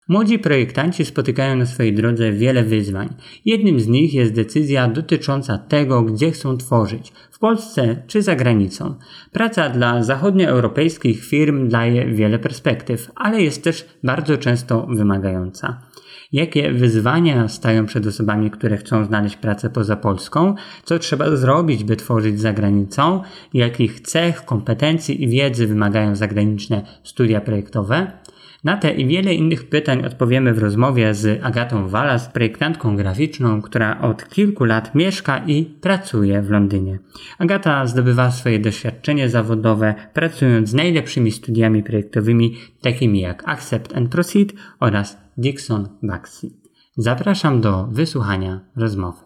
Młodzi projektanci spotykają na swojej drodze wiele wyzwań. Jednym z nich jest decyzja dotycząca tego, gdzie chcą tworzyć, w Polsce czy za granicą. Praca dla zachodnioeuropejskich firm daje wiele perspektyw, ale jest też bardzo często wymagająca. Jakie wyzwania stają przed osobami, które chcą znaleźć pracę poza Polską? Co trzeba zrobić, by tworzyć za granicą? Jakich cech, kompetencji i wiedzy wymagają zagraniczne studia projektowe? Na te i wiele innych pytań odpowiemy w rozmowie z Agatą Walas, projektantką graficzną, która od kilku lat mieszka i pracuje w Londynie. Agata zdobywa swoje doświadczenie zawodowe pracując z najlepszymi studiami projektowymi, takimi jak Accept and Proceed oraz Dixon Baxi. Zapraszam do wysłuchania rozmowy.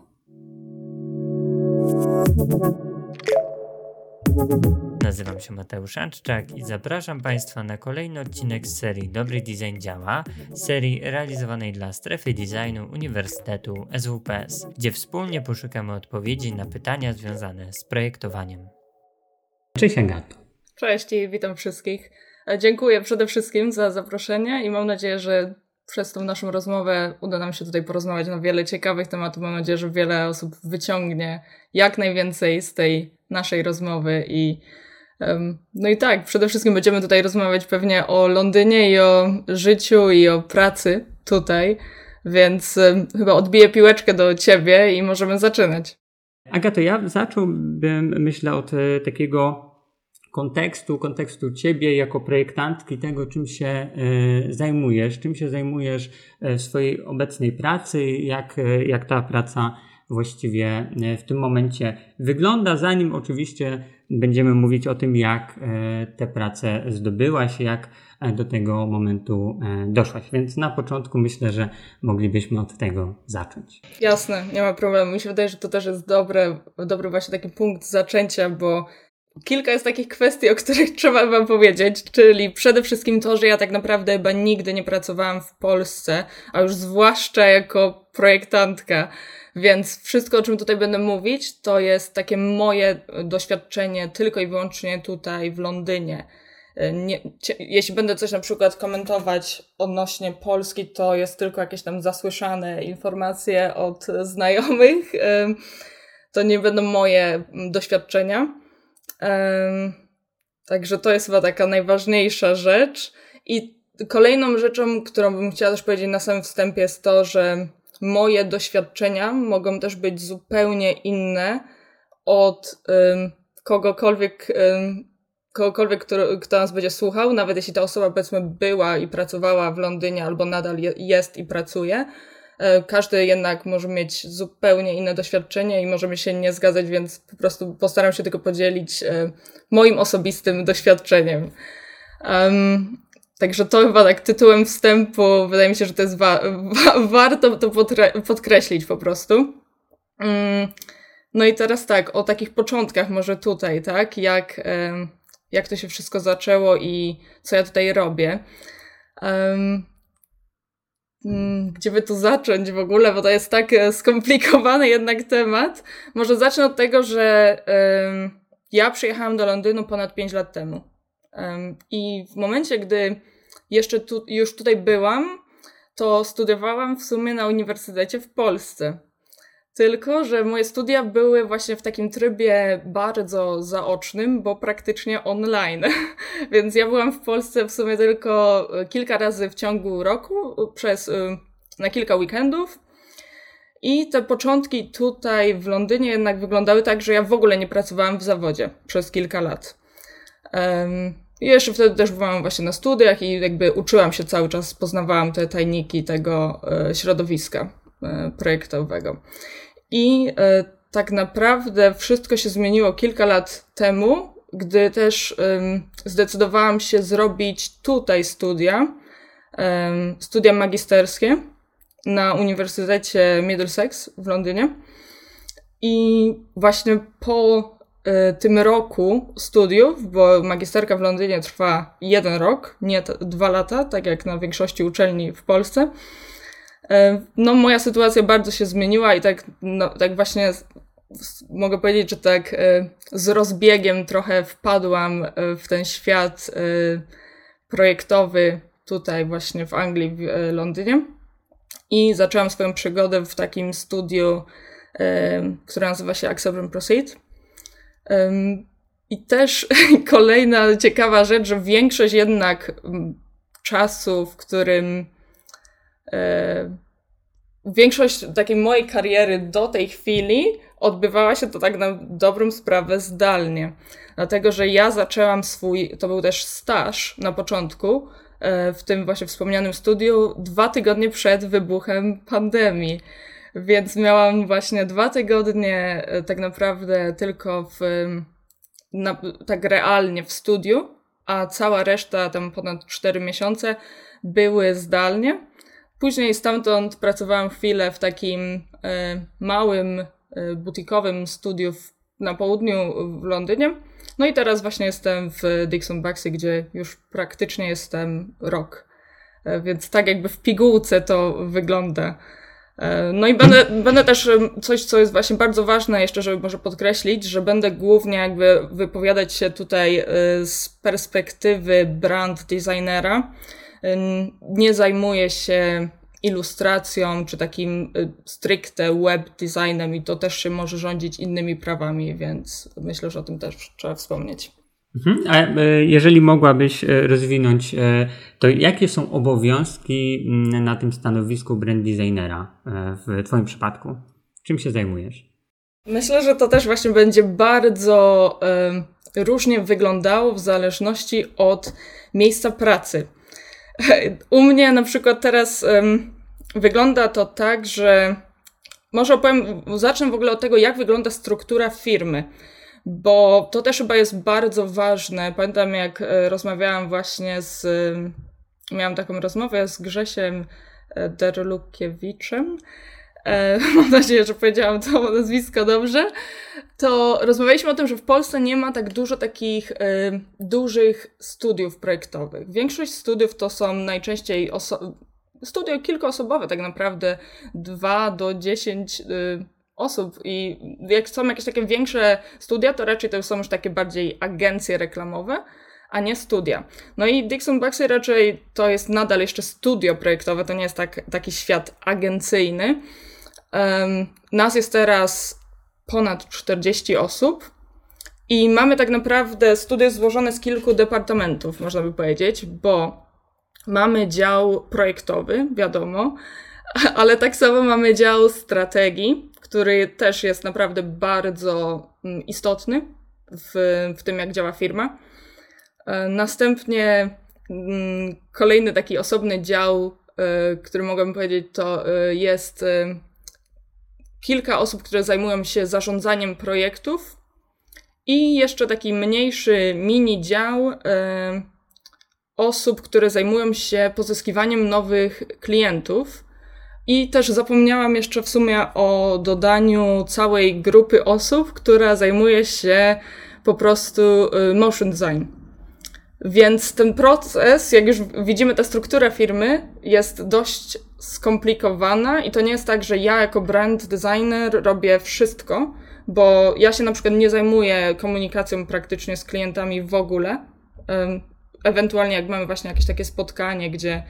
Nazywam się Mateusz Anczczak i zapraszam Państwa na kolejny odcinek z serii Dobry Design Działa, serii realizowanej dla Strefy Designu Uniwersytetu SWPS, gdzie wspólnie poszukamy odpowiedzi na pytania związane z projektowaniem. Cześć Agato. Cześć i witam wszystkich. Dziękuję przede wszystkim za zaproszenie i mam nadzieję, że przez tą naszą rozmowę uda nam się tutaj porozmawiać na wiele ciekawych tematów. Mam nadzieję, że wiele osób wyciągnie jak najwięcej z tej naszej rozmowy no i tak, przede wszystkim będziemy tutaj rozmawiać pewnie o Londynie i o życiu i o pracy tutaj, więc chyba odbiję piłeczkę do ciebie i możemy zaczynać. Agato, ja zacząłbym, myślę, od takiego kontekstu ciebie jako projektantki, tego czym się zajmujesz w swojej obecnej pracy, jak ta praca właściwie w tym momencie wygląda, zanim oczywiście będziemy mówić o tym, jak tę pracę zdobyłaś, jak do tego momentu doszłaś. Więc na początku myślę, że moglibyśmy od tego zacząć. Jasne, nie ma problemu. Mi się wydaje, że to też jest dobry właśnie taki punkt zaczęcia, bo kilka jest takich kwestii, o których trzeba wam powiedzieć, czyli przede wszystkim to, że ja tak naprawdę chyba nigdy nie pracowałam w Polsce, a już zwłaszcza jako projektantka. Więc wszystko, o czym tutaj będę mówić, to jest takie moje doświadczenie tylko i wyłącznie tutaj w Londynie. Jeśli będę coś na przykład komentować odnośnie Polski, to jest tylko jakieś tam zasłyszane informacje od znajomych. To nie będą moje doświadczenia. Także to jest chyba taka najważniejsza rzecz. I kolejną rzeczą, którą bym chciała też powiedzieć na samym wstępie, jest to, że moje doświadczenia mogą też być zupełnie inne od kogokolwiek, kto nas będzie słuchał, nawet jeśli ta osoba powiedzmy była i pracowała w Londynie albo nadal jest i pracuje. Każdy jednak może mieć zupełnie inne doświadczenie i możemy się nie zgadzać, więc po prostu postaram się tylko podzielić moim osobistym doświadczeniem. Także to chyba tak tytułem wstępu, wydaje mi się, że to jest warto to podkreślić po prostu. No i teraz tak, o takich początkach może tutaj, tak, jak to się wszystko zaczęło i co ja tutaj robię. Gdzie by tu zacząć w ogóle, bo to jest tak skomplikowany jednak temat. Może zacznę od tego, że ja przyjechałam do Londynu ponad 5 lat temu. I w momencie, gdy już tutaj byłam, to studiowałam w sumie na uniwersytecie w Polsce. Tylko że moje studia były właśnie w takim trybie bardzo zaocznym, bo praktycznie online. Więc ja byłam w Polsce w sumie tylko kilka razy w ciągu roku, na kilka weekendów. I te początki tutaj w Londynie jednak wyglądały tak, że ja w ogóle nie pracowałam w zawodzie przez kilka lat. I jeszcze wtedy też byłam właśnie na studiach i jakby uczyłam się cały czas, poznawałam te tajniki tego środowiska projektowego. I tak naprawdę wszystko się zmieniło kilka lat temu, gdy też zdecydowałam się zrobić tutaj studia magisterskie na Uniwersytecie Middlesex w Londynie. I właśnie po tym roku studiów, bo magisterka w Londynie trwa 1 rok, nie 2 lata, tak jak na większości uczelni w Polsce. No moja sytuacja bardzo się zmieniła i tak właśnie mogę powiedzieć, że tak z rozbiegiem trochę wpadłam w ten świat projektowy tutaj właśnie w Anglii, w Londynie. I zaczęłam swoją przygodę w takim studiu, które nazywa się Accept and Proceed. I też kolejna ciekawa rzecz, że większość jednak czasu, w którym większość takiej mojej kariery do tej chwili odbywała się to tak na dobrą sprawę zdalnie. Dlatego, że ja zaczęłam to był też staż na początku, w tym właśnie wspomnianym studiu 2 tygodnie przed wybuchem pandemii. Więc miałam właśnie 2 tygodnie tak naprawdę tylko tak realnie w studiu, a cała reszta, tam ponad 4 miesiące, były zdalnie. Później stamtąd pracowałam chwilę w takim małym, butikowym studiu na południu w Londynie. No i teraz właśnie jestem w Dixon Baxi, gdzie już praktycznie jestem rok. Więc tak jakby w pigułce to wygląda. No i będę też coś, co jest właśnie bardzo ważne jeszcze, żeby może podkreślić, że będę głównie jakby wypowiadać się tutaj z perspektywy brand designera. Nie zajmuję się ilustracją czy takim stricte web designem i to też się może rządzić innymi prawami, więc myślę, że o tym też trzeba wspomnieć. A jeżeli mogłabyś rozwinąć, to jakie są obowiązki na tym stanowisku brand designera w twoim przypadku? Czym się zajmujesz? Myślę, że to też właśnie będzie bardzo różnie wyglądało w zależności od miejsca pracy. U mnie na przykład teraz wygląda to tak, że może zacznę w ogóle od tego, jak wygląda struktura firmy, bo to też chyba jest bardzo ważne. Pamiętam, jak rozmawiałam właśnie miałam taką rozmowę z Grzesiem Derlukiewiczem, mam nadzieję, że powiedziałam to nazwisko dobrze, to rozmawialiśmy o tym, że w Polsce nie ma tak dużo takich dużych studiów projektowych. Większość studiów to są najczęściej studia kilkuosobowe, tak naprawdę 2 do 10 osób i jak są jakieś takie większe studia, to raczej to są już takie bardziej agencje reklamowe, a nie studia. No i Dixon Baxi raczej to jest nadal jeszcze studio projektowe, to nie jest taki świat agencyjny. Nas jest teraz ponad 40 osób i mamy tak naprawdę studio złożone z kilku departamentów, można by powiedzieć, bo mamy dział projektowy, wiadomo, ale tak samo mamy dział strategii, który też jest naprawdę bardzo istotny w tym, jak działa firma. Następnie kolejny taki osobny dział, który mogłabym powiedzieć, to jest kilka osób, które zajmują się zarządzaniem projektów i jeszcze taki mniejszy mini dział osób, które zajmują się pozyskiwaniem nowych klientów. I też zapomniałam jeszcze w sumie o dodaniu całej grupy osób, która zajmuje się po prostu motion design. Więc ten proces, jak już widzimy, ta struktura firmy jest dość skomplikowana i to nie jest tak, że ja jako brand designer robię wszystko, bo ja się na przykład nie zajmuję komunikacją praktycznie z klientami w ogóle. Ewentualnie jak mamy właśnie jakieś takie spotkanie,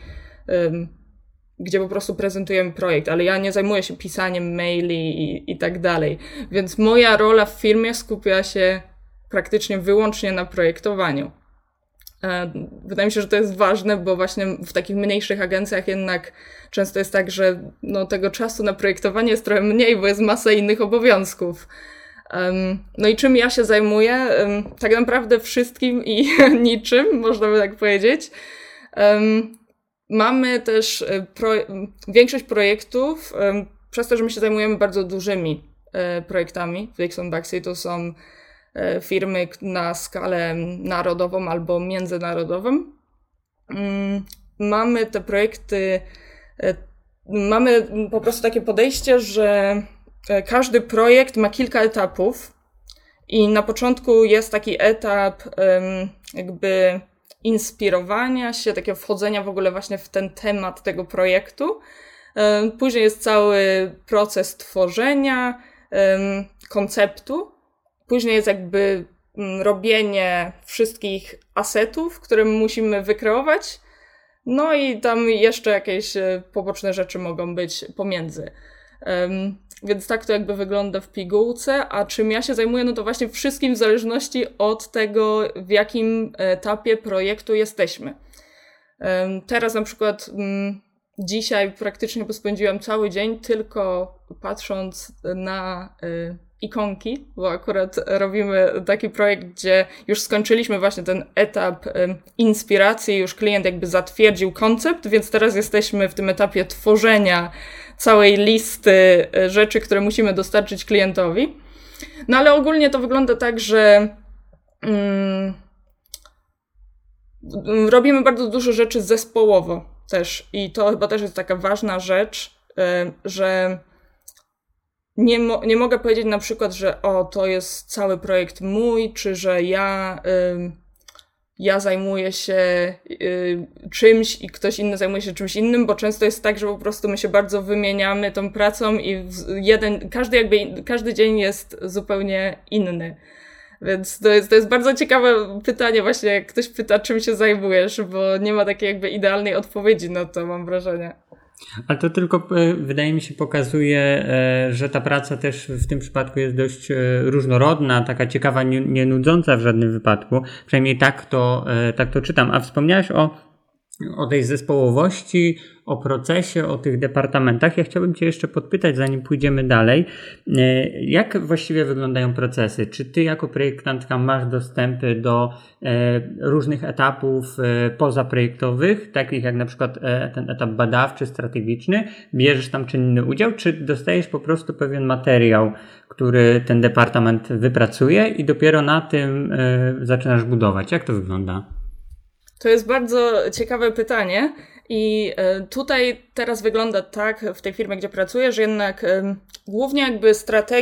gdzie po prostu prezentujemy projekt, ale ja nie zajmuję się pisaniem maili i tak dalej. Więc moja rola w firmie skupia się praktycznie wyłącznie na projektowaniu. Wydaje mi się, że to jest ważne, bo właśnie w takich mniejszych agencjach jednak często jest tak, że tego czasu na projektowanie jest trochę mniej, bo jest masa innych obowiązków. No i czym ja się zajmuję? Tak naprawdę wszystkim i niczym, można by tak powiedzieć. Mamy też większość projektów, przez to, że my się zajmujemy bardzo dużymi projektami w Dixon Baxi, to są firmy na skalę narodową albo międzynarodową. Mamy te projekty, mamy po prostu takie podejście, że każdy projekt ma kilka etapów i na początku jest taki etap jakby inspirowania się, takiego wchodzenia w ogóle właśnie w ten temat tego projektu. Później jest cały proces tworzenia konceptu. Później jest jakby robienie wszystkich asetów, które musimy wykreować. No i tam jeszcze jakieś poboczne rzeczy mogą być pomiędzy. Więc tak to jakby wygląda w pigułce, a czym ja się zajmuję, no to właśnie wszystkim w zależności od tego, w jakim etapie projektu jesteśmy. Teraz na przykład dzisiaj praktycznie spędziłam cały dzień tylko patrząc na ikonki, bo akurat robimy taki projekt, gdzie już skończyliśmy właśnie ten etap inspiracji, już klient jakby zatwierdził koncept, więc teraz jesteśmy w tym etapie tworzenia całej listy rzeczy, które musimy dostarczyć klientowi. No ale ogólnie to wygląda tak, że robimy bardzo dużo rzeczy zespołowo też i to chyba też jest taka ważna rzecz, że nie mogę powiedzieć na przykład, że to jest cały projekt mój, czy że ja zajmuję się czymś i ktoś inny zajmuje się czymś innym, bo często jest tak, że po prostu my się bardzo wymieniamy tą pracą i każdy dzień jest zupełnie inny. Więc to jest bardzo ciekawe pytanie właśnie, jak ktoś pyta, czym się zajmujesz, bo nie ma takiej jakby idealnej odpowiedzi na to, mam wrażenie. Ale to tylko, wydaje mi się, pokazuje, że ta praca też w tym przypadku jest dość różnorodna, taka ciekawa, nie nudząca w żadnym wypadku. Przynajmniej tak to czytam. A wspomniałeś o tej zespołowości, o procesie, o tych departamentach. Ja chciałbym Cię jeszcze podpytać, zanim pójdziemy dalej, jak właściwie wyglądają procesy? Czy Ty jako projektantka masz dostępy do różnych etapów pozaprojektowych, takich jak na przykład ten etap badawczy, strategiczny? Bierzesz tam czynny udział, czy dostajesz po prostu pewien materiał, który ten departament wypracuje i dopiero na tym zaczynasz budować? Jak to wygląda? To jest bardzo ciekawe pytanie i tutaj teraz wygląda tak w tej firmie, gdzie pracuję, że jednak głównie jakby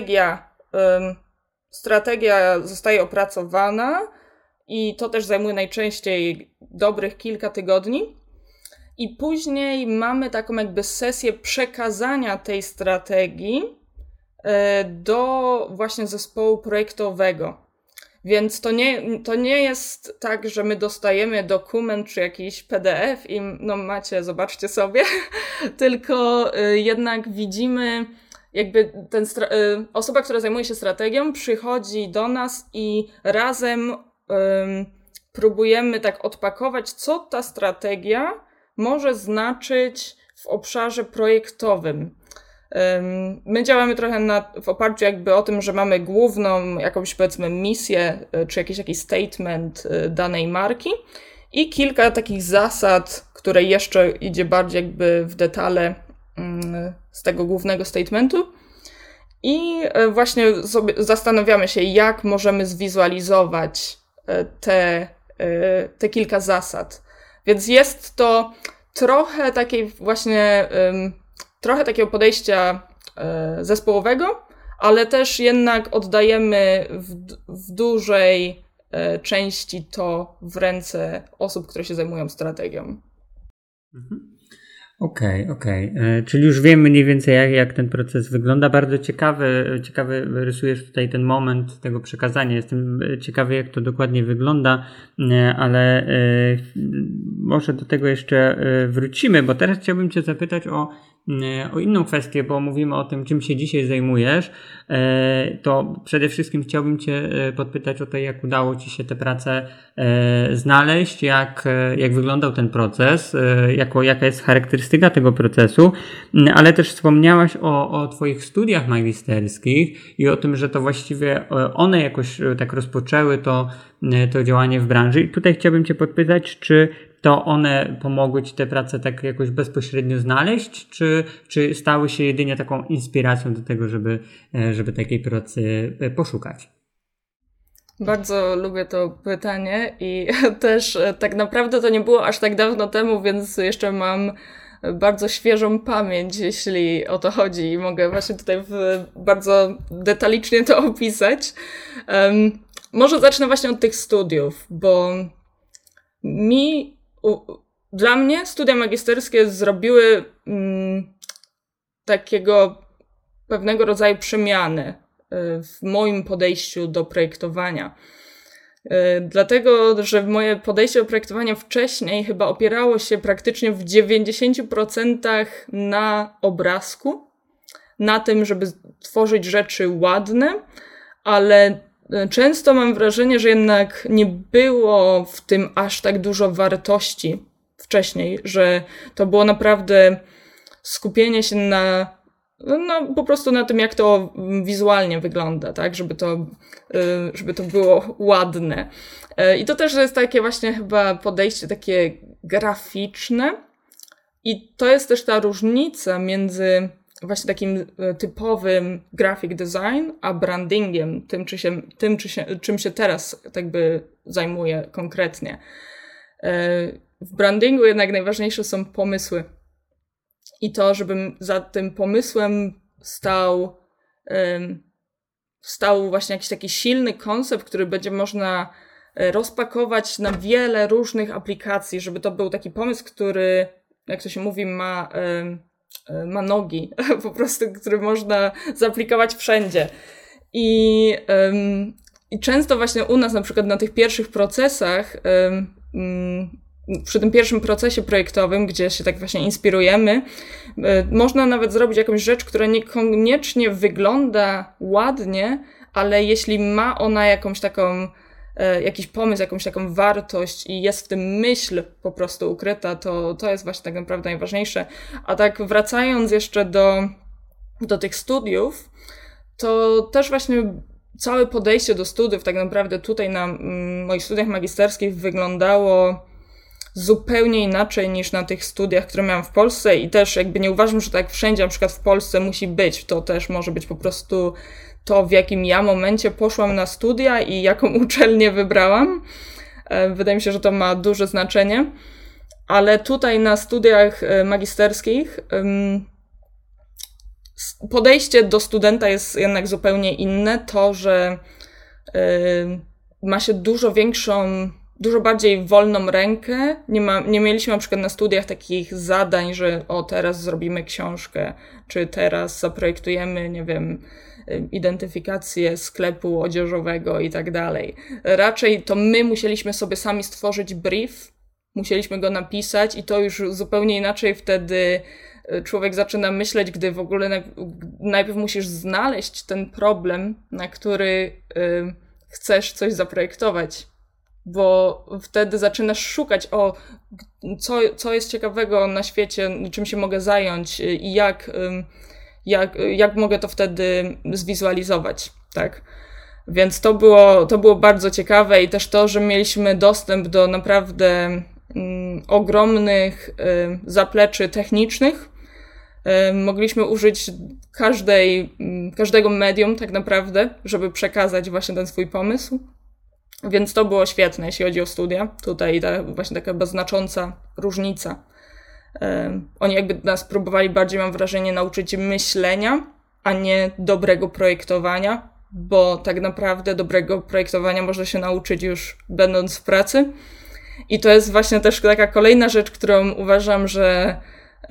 strategia zostaje opracowana i to też zajmuje najczęściej dobrych kilka tygodni i później mamy taką jakby sesję przekazania tej strategii do właśnie zespołu projektowego. Więc to nie jest tak, że my dostajemy dokument czy jakiś PDF i no macie, zobaczcie sobie, tylko jednak widzimy jakby osoba, która zajmuje się strategią, przychodzi do nas i razem próbujemy tak odpakować, co ta strategia może znaczyć w obszarze projektowym. My działamy trochę w oparciu jakby o tym, że mamy główną jakąś powiedzmy misję, czy jakiś statement danej marki i kilka takich zasad, które jeszcze idzie bardziej jakby w detale z tego głównego statementu i właśnie sobie zastanawiamy się, jak możemy zwizualizować te kilka zasad. Więc jest to trochę takiej właśnie trochę takiego podejścia zespołowego, ale też jednak oddajemy w dużej części to w ręce osób, które się zajmują strategią. Okej. Czyli już wiemy mniej więcej jak ten proces wygląda. Bardzo ciekawy rysujesz tutaj ten moment tego przekazania. Jestem ciekawy, jak to dokładnie wygląda, ale może do tego jeszcze wrócimy, bo teraz chciałbym Cię zapytać o inną kwestię, bo mówimy o tym, czym się dzisiaj zajmujesz. To przede wszystkim chciałbym Cię podpytać o to, jak udało Ci się tę pracę znaleźć, jak wyglądał ten proces, jaka jest charakterystyka tego procesu, ale też wspomniałaś o Twoich studiach magisterskich i o tym, że to właściwie one jakoś tak rozpoczęły to działanie w branży. I tutaj chciałbym Cię podpytać, czy to one pomogły Ci tę pracę tak jakoś bezpośrednio znaleźć, czy stały się jedynie taką inspiracją do tego, żeby takiej pracy poszukać? Bardzo lubię to pytanie i też tak naprawdę to nie było aż tak dawno temu, więc jeszcze mam bardzo świeżą pamięć, jeśli o to chodzi i mogę właśnie tutaj bardzo detalicznie to opisać. Może zacznę właśnie od tych studiów, bo dla mnie studia magisterskie zrobiły takiego pewnego rodzaju przemiany w moim podejściu do projektowania. Dlatego, że moje podejście do projektowania wcześniej chyba opierało się praktycznie w 90% na obrazku, na tym, żeby tworzyć rzeczy ładne, ale często mam wrażenie, że jednak nie było w tym aż tak dużo wartości wcześniej, że to było naprawdę skupienie się po prostu na tym, jak to wizualnie wygląda, tak, żeby to było ładne. I to też jest takie właśnie chyba podejście takie graficzne i to jest też ta różnica między właśnie takim typowym graphic design, a brandingiem, czym się teraz tak by zajmuję konkretnie. W brandingu jednak najważniejsze są pomysły. I to, żebym za tym pomysłem stał właśnie jakiś taki silny koncept, który będzie można rozpakować na wiele różnych aplikacji, żeby to był taki pomysł, który, jak to się mówi, ma nogi, po prostu, który można zaaplikować wszędzie. I często właśnie u nas, na przykład na tych pierwszych procesach, przy tym pierwszym procesie projektowym, gdzie się tak właśnie inspirujemy, można nawet zrobić jakąś rzecz, która niekoniecznie wygląda ładnie, ale jeśli ma ona jakiś pomysł, jakąś taką wartość i jest w tym myśl po prostu ukryta, to jest właśnie tak naprawdę najważniejsze. A tak wracając jeszcze do tych studiów, to też właśnie całe podejście do studiów tak naprawdę tutaj na moich studiach magisterskich wyglądało zupełnie inaczej niż na tych studiach, które miałam w Polsce i też jakby nie uważam, że tak wszędzie, na przykład w Polsce musi być. To też może być po prostu to, w jakim ja momencie poszłam na studia i jaką uczelnię wybrałam. Wydaje mi się, że to ma duże znaczenie. Ale tutaj na studiach magisterskich podejście do studenta jest jednak zupełnie inne. To, że ma się dużo bardziej wolną rękę. Nie mieliśmy na przykład na studiach takich zadań, że teraz zrobimy książkę, czy teraz zaprojektujemy, nie wiem, identyfikację sklepu odzieżowego i tak dalej. Raczej to my musieliśmy sobie sami stworzyć brief, musieliśmy go napisać i to już zupełnie inaczej wtedy człowiek zaczyna myśleć, gdy w ogóle najpierw musisz znaleźć ten problem, na który chcesz coś zaprojektować. Bo wtedy zaczynasz szukać, co jest ciekawego na świecie, czym się mogę zająć i jak mogę to wtedy zwizualizować, tak? Więc to było bardzo ciekawe i też to, że mieliśmy dostęp do naprawdę ogromnych zapleczy technicznych. Mogliśmy użyć każdego medium tak naprawdę, żeby przekazać właśnie ten swój pomysł. Więc to było świetne, jeśli chodzi o studia. Tutaj właśnie taka znacząca różnica. Oni jakby nas próbowali bardziej, mam wrażenie, nauczyć myślenia, a nie dobrego projektowania, bo tak naprawdę dobrego projektowania można się nauczyć już będąc w pracy. I to jest właśnie też taka kolejna rzecz, którą uważam, że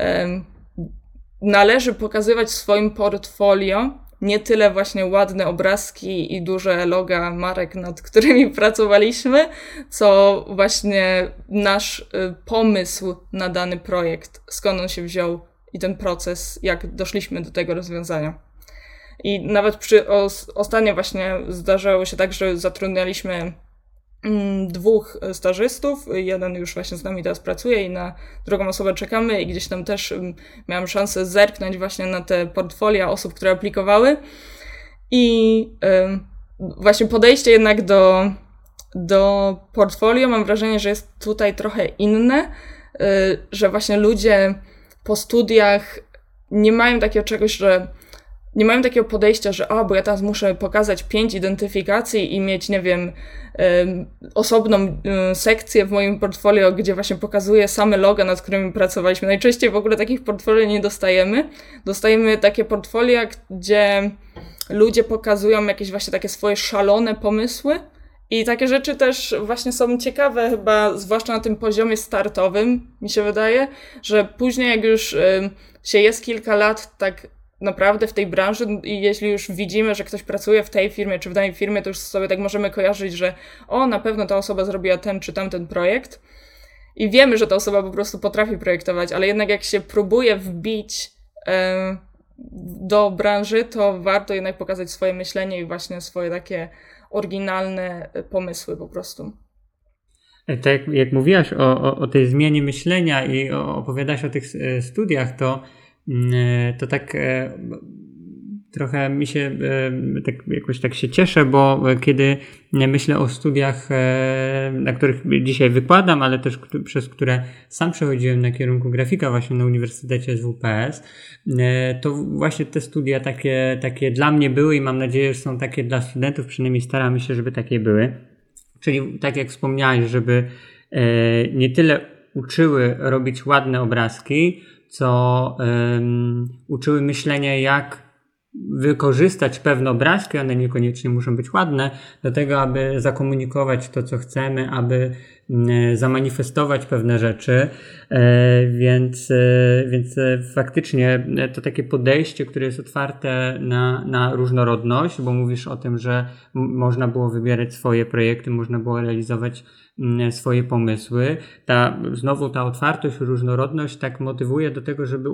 należy pokazywać w swoim portfolio. Nie tyle właśnie ładne obrazki i duże loga marek, nad którymi pracowaliśmy, co właśnie nasz pomysł na dany projekt, skąd on się wziął i ten proces, jak doszliśmy do tego rozwiązania. I nawet ostatnio właśnie zdarzało się tak, że zatrudnialiśmy 2 stażystów, jeden już właśnie z nami teraz pracuje i na drugą osobę czekamy i gdzieś tam też miałam szansę zerknąć właśnie na te portfolia osób, które aplikowały i właśnie podejście jednak do portfolio mam wrażenie, że jest tutaj trochę inne, że właśnie ludzie po studiach nie mają takiego czegoś, że nie mają takiego podejścia, że bo ja teraz muszę pokazać 5 identyfikacji i mieć, nie wiem, osobną sekcję w moim portfolio, gdzie właśnie pokazuję same loga, nad którymi pracowaliśmy. Najczęściej w ogóle takich portfolio nie dostajemy. Dostajemy takie portfolia, gdzie ludzie pokazują jakieś właśnie takie swoje szalone pomysły i takie rzeczy też właśnie są ciekawe chyba, zwłaszcza na tym poziomie startowym, mi się wydaje, że później jak już się jest kilka lat tak naprawdę w tej branży i jeśli już widzimy, że ktoś pracuje w tej firmie czy w danej firmie, to już sobie tak możemy kojarzyć, że na pewno ta osoba zrobiła ten czy tamten projekt i wiemy, że ta osoba po prostu potrafi projektować, ale jednak jak się próbuje wbić do branży, to warto jednak pokazać swoje myślenie i właśnie swoje takie oryginalne pomysły po prostu. Tak jak mówiłaś o tej zmianie myślenia i opowiadałaś o tych studiach, to tak trochę mi się tak jakoś tak się cieszę, bo kiedy myślę o studiach, na których dzisiaj wykładam, ale też przez które sam przechodziłem na kierunku grafika właśnie na Uniwersytecie SWPS, to właśnie te studia takie dla mnie były i mam nadzieję, że są takie dla studentów, przynajmniej staramy się, żeby takie były. Czyli tak jak wspomniałeś, żeby nie tyle uczyły robić ładne obrazki, co uczyły myślenia, jak wykorzystać pewne obrazki, one niekoniecznie muszą być ładne, do tego, aby zakomunikować to, co chcemy, aby zamanifestować pewne rzeczy, więc faktycznie to takie podejście, które jest otwarte na różnorodność, bo mówisz o tym, że można było wybierać swoje projekty, można było realizować swoje pomysły. Znowu ta otwartość, różnorodność tak motywuje do tego, żeby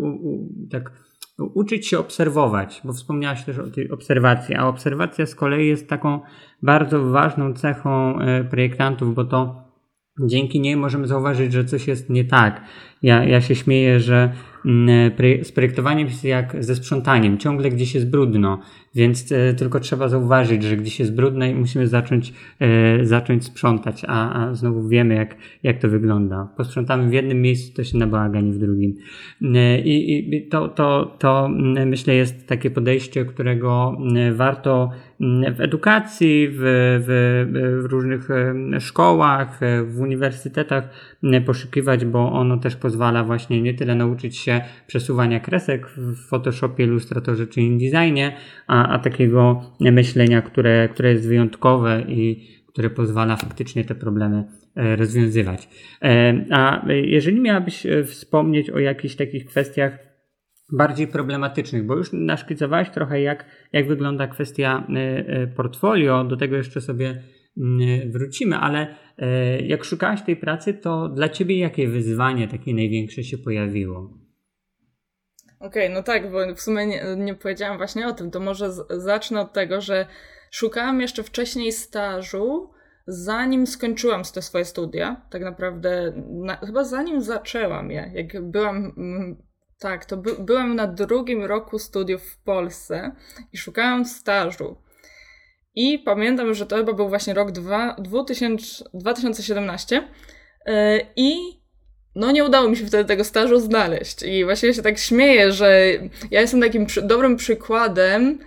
uczyć się obserwować, bo wspomniałaś też o tej obserwacji, a obserwacja z kolei jest taką bardzo ważną cechą projektantów, bo to dzięki niej możemy zauważyć, że coś jest nie tak. Ja się śmieję, że z projektowaniem jest jak ze sprzątaniem. Ciągle gdzieś jest brudno, więc tylko trzeba zauważyć, że gdzieś jest brudno i musimy zacząć sprzątać, a znowu wiemy, jak to wygląda. Posprzątamy w jednym miejscu, to się nabałagani w drugim. I to myślę jest takie podejście, którego warto w edukacji, w różnych szkołach, w uniwersytetach poszukiwać, bo ono też pozwala właśnie nie tyle nauczyć się przesuwania kresek w Photoshopie, Illustratorze czy InDesignie, a takiego myślenia, które jest wyjątkowe i które pozwala faktycznie te problemy rozwiązywać. A jeżeli miałabyś wspomnieć o jakichś takich kwestiach bardziej problematycznych, bo już naszkicowałaś trochę jak wygląda kwestia portfolio, do tego jeszcze sobie wrócimy, ale jak szukałaś tej pracy, to dla ciebie jakie wyzwanie takie największe się pojawiło? Okej, no tak, bo w sumie nie powiedziałam właśnie o tym, to może zacznę od tego, że szukałam jeszcze wcześniej stażu, zanim skończyłam te swoje studia, tak naprawdę chyba zanim zaczęłam je, jak byłam... Tak, to byłam na 2. roku studiów w Polsce i szukałam stażu. I pamiętam, że to chyba był właśnie rok 2017 i nie udało mi się wtedy tego stażu znaleźć. I właściwie się tak śmieję, że ja jestem takim dobrym przykładem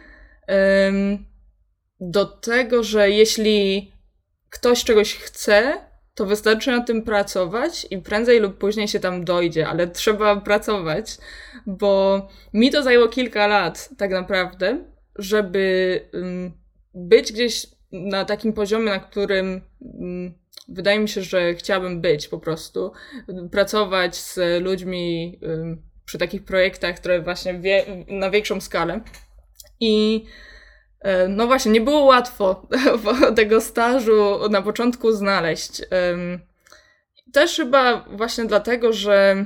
do tego, że jeśli ktoś czegoś chce, to wystarczy nad tym pracować i prędzej lub później się tam dojdzie, ale trzeba pracować, bo mi to zajęło kilka lat tak naprawdę, żeby być gdzieś na takim poziomie, na którym wydaje mi się, że chciałabym być po prostu. Pracować z ludźmi przy takich projektach, które właśnie na większą skalę. I no właśnie, nie było łatwo tego stażu na początku znaleźć. Też chyba właśnie dlatego, że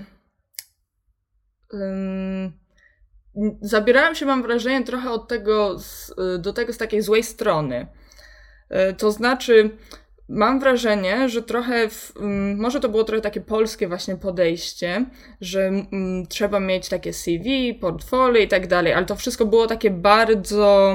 zabierałam się, mam wrażenie, trochę od tego do tego z takiej złej strony. To znaczy, mam wrażenie, że trochę, może to było trochę takie polskie właśnie podejście, że trzeba mieć takie CV, portfolio i tak dalej, ale to wszystko było takie bardzo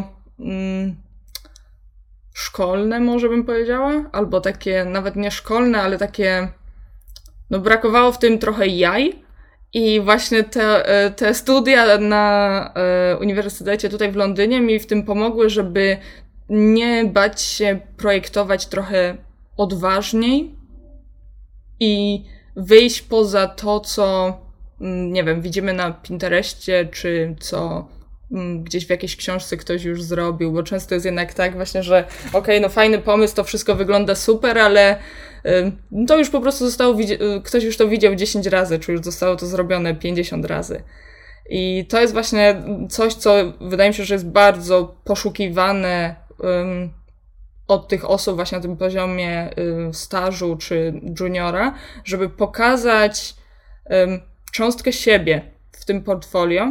szkolne, może bym powiedziała, albo takie nawet nie szkolne, ale takie, brakowało w tym trochę jaj. I właśnie te studia na uniwersytecie tutaj w Londynie mi w tym pomogły, żeby nie bać się projektować trochę odważniej i wyjść poza to, co, nie wiem, widzimy na Pinterestie, czy co gdzieś w jakiejś książce ktoś już zrobił, bo często jest jednak tak właśnie, że fajny pomysł, to wszystko wygląda super, ale to już po prostu ktoś już to widział 10 razy, czy już zostało to zrobione 50 razy. I to jest właśnie coś, co wydaje mi się, że jest bardzo poszukiwane od tych osób właśnie na tym poziomie stażu czy juniora, żeby pokazać cząstkę siebie w tym portfolio.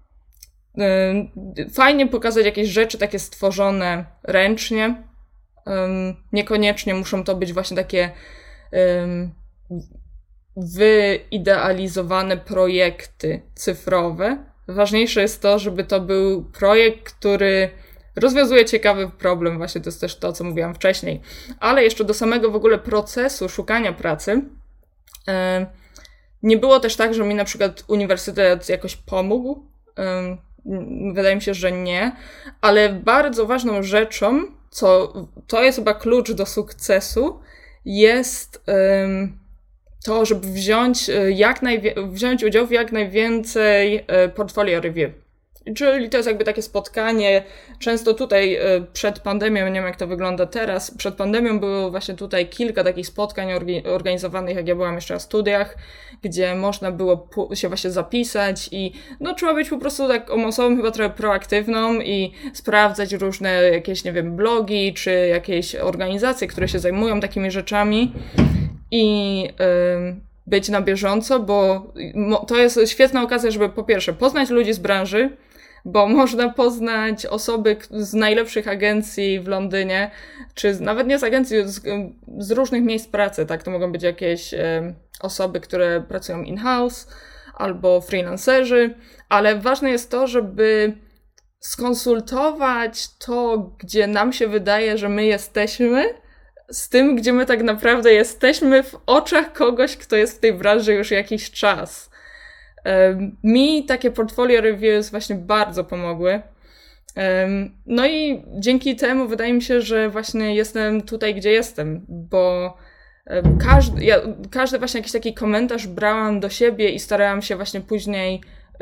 Fajnie pokazać jakieś rzeczy takie stworzone ręcznie. Niekoniecznie muszą to być właśnie takie wyidealizowane projekty cyfrowe. Ważniejsze jest to, żeby to był projekt, który rozwiązuje ciekawy problem, właśnie to jest też to, co mówiłam wcześniej. Ale jeszcze do samego w ogóle procesu szukania pracy nie było też tak, że mi na przykład uniwersytet jakoś pomógł. Wydaje mi się, że nie, ale bardzo ważną rzeczą, co to jest chyba klucz do sukcesu, jest to, żeby wziąć udział w jak najwięcej portfolio review. Czyli to jest jakby takie spotkanie, często tutaj przed pandemią, nie wiem jak to wygląda teraz, przed pandemią było właśnie tutaj kilka takich spotkań organizowanych, jak ja byłam jeszcze na studiach, gdzie można było się właśnie zapisać i no trzeba być po prostu taką osobą chyba trochę proaktywną i sprawdzać różne jakieś, nie wiem, blogi czy jakieś organizacje, które się zajmują takimi rzeczami i być na bieżąco, bo to jest świetna okazja, żeby po pierwsze poznać ludzi z branży, bo można poznać osoby z najlepszych agencji w Londynie, czy nawet nie z agencji, z różnych miejsc pracy, tak? To mogą być jakieś osoby, które pracują in-house albo freelancerzy, ale ważne jest to, żeby skonsultować to, gdzie nam się wydaje, że my jesteśmy, z tym, gdzie my tak naprawdę jesteśmy w oczach kogoś, kto jest w tej branży już jakiś czas. Mi takie portfolio reviews właśnie bardzo pomogły. No i dzięki temu wydaje mi się, że właśnie jestem tutaj, gdzie jestem, bo każdy właśnie jakiś taki komentarz brałam do siebie i starałam się właśnie później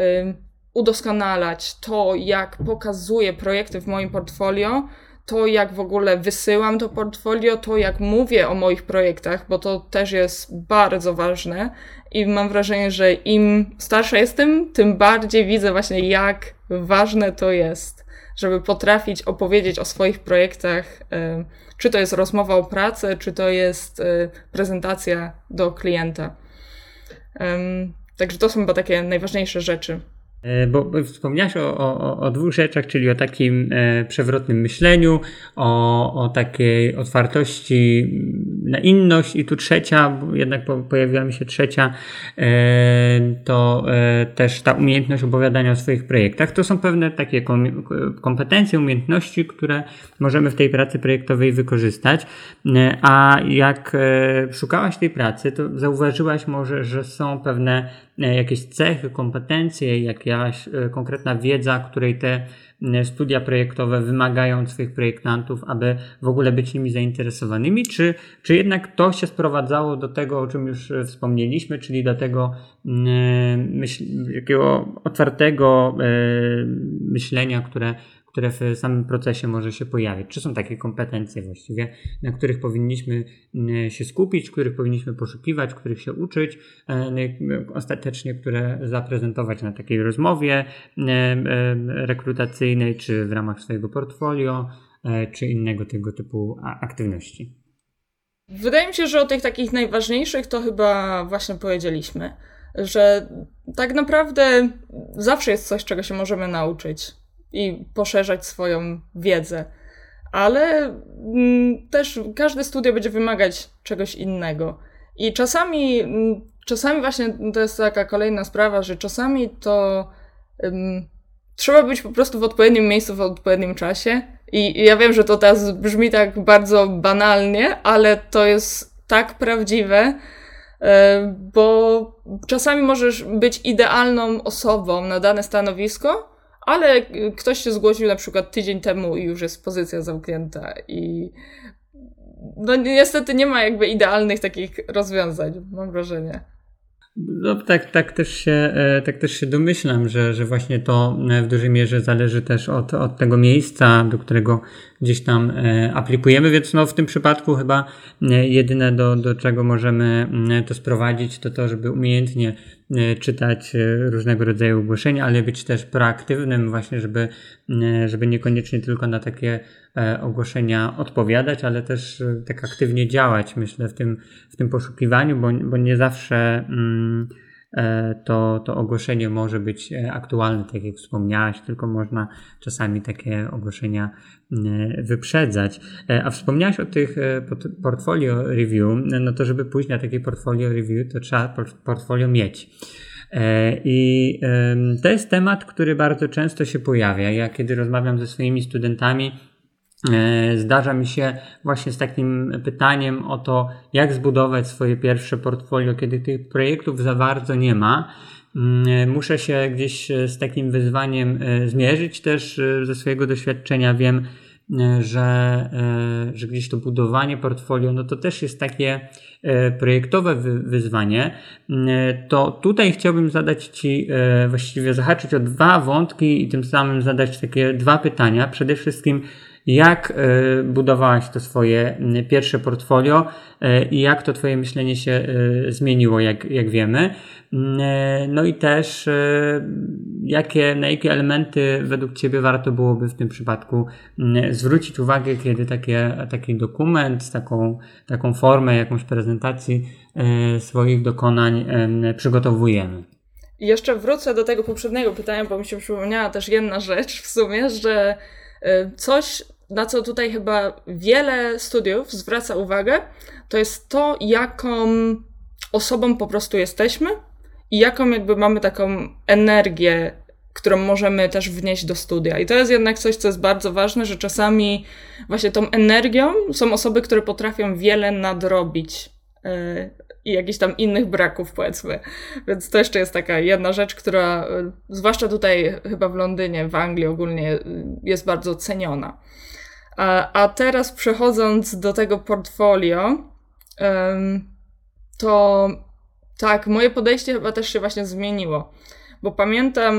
udoskonalać to, jak pokazuję projekty w moim portfolio, to jak w ogóle wysyłam to portfolio, to jak mówię o moich projektach, bo to też jest bardzo ważne i mam wrażenie, że im starsza jestem, tym bardziej widzę właśnie jak ważne to jest, żeby potrafić opowiedzieć o swoich projektach, czy to jest rozmowa o pracy, czy to jest prezentacja do klienta. Także to są chyba takie najważniejsze rzeczy. Bo wspomniałaś o dwóch rzeczach, czyli o takim przewrotnym myśleniu, o takiej otwartości na inność i tu trzecia, bo jednak pojawiła mi się trzecia, to też ta umiejętność opowiadania o swoich projektach. To są pewne takie kompetencje, umiejętności, które możemy w tej pracy projektowej wykorzystać, a jak szukałaś tej pracy, to zauważyłaś może, że są pewne jakieś cechy, kompetencje, jakaś konkretna wiedza, której te studia projektowe wymagają od swoich projektantów, aby w ogóle być nimi zainteresowanymi, czy jednak to się sprowadzało do tego, o czym już wspomnieliśmy, czyli do tego takiego otwartego myślenia, które w samym procesie może się pojawić. Czy są takie kompetencje właściwie, na których powinniśmy się skupić, których powinniśmy poszukiwać, których się uczyć, ostatecznie które zaprezentować na takiej rozmowie rekrutacyjnej, czy w ramach swojego portfolio, czy innego tego typu aktywności. Wydaje mi się, że o tych takich najważniejszych to chyba właśnie powiedzieliśmy, że tak naprawdę zawsze jest coś, czego się możemy nauczyć i poszerzać swoją wiedzę, ale też każde studio będzie wymagać czegoś innego. I czasami właśnie to jest taka kolejna sprawa, że czasami to trzeba być po prostu w odpowiednim miejscu w odpowiednim czasie. I ja wiem, że to teraz brzmi tak bardzo banalnie, ale to jest tak prawdziwe, bo czasami możesz być idealną osobą na dane stanowisko, ale ktoś się zgłosił na przykład tydzień temu i już jest pozycja zamknięta i no niestety nie ma jakby idealnych takich rozwiązań, mam wrażenie. No tak też się domyślam, że właśnie to w dużej mierze zależy też od tego miejsca, do którego gdzieś tam aplikujemy, więc no w tym przypadku chyba jedyne do czego możemy to sprowadzić, to żeby umiejętnie czytać różnego rodzaju ogłoszenia, ale być też proaktywnym właśnie, żeby niekoniecznie tylko na takie ogłoszenia odpowiadać, ale też tak aktywnie działać, myślę, w tym poszukiwaniu, bo nie zawsze to ogłoszenie może być aktualne, tak jak wspomniałaś, tylko można czasami takie ogłoszenia wyprzedzać. A wspomniałaś o tych portfolio review, no to żeby pójść na takie portfolio review, to trzeba portfolio mieć. I to jest temat, który bardzo często się pojawia. Ja kiedy rozmawiam ze swoimi studentami, zdarza mi się właśnie z takim pytaniem o to, jak zbudować swoje pierwsze portfolio, kiedy tych projektów za bardzo nie ma. Muszę się gdzieś z takim wyzwaniem zmierzyć. Też ze swojego doświadczenia wiem, że gdzieś to budowanie portfolio, no to też jest takie projektowe wyzwanie. To tutaj chciałbym zadać Ci, właściwie zahaczyć o 2 wątki i tym samym zadać takie 2 pytania. Przede wszystkim, jak budowałaś to swoje pierwsze portfolio i jak to Twoje myślenie się zmieniło, jak wiemy. No i też na jakie elementy według Ciebie warto byłoby w tym przypadku zwrócić uwagę, kiedy taki dokument, taką formę, jakąś prezentacji swoich dokonań przygotowujemy. I jeszcze wrócę do tego poprzedniego pytania, bo mi się przypomniała też jedna rzecz w sumie, że coś, na co tutaj chyba wiele studiów zwraca uwagę, to jest to, jaką osobą po prostu jesteśmy i jaką jakby mamy taką energię, którą możemy też wnieść do studia. I to jest jednak coś, co jest bardzo ważne, że czasami właśnie tą energią są osoby, które potrafią wiele nadrobić i jakichś tam innych braków, powiedzmy. Więc to jeszcze jest taka jedna rzecz, która zwłaszcza tutaj chyba w Londynie, w Anglii ogólnie jest bardzo ceniona. A teraz przechodząc do tego portfolio, to tak, moje podejście chyba też się właśnie zmieniło. Bo pamiętam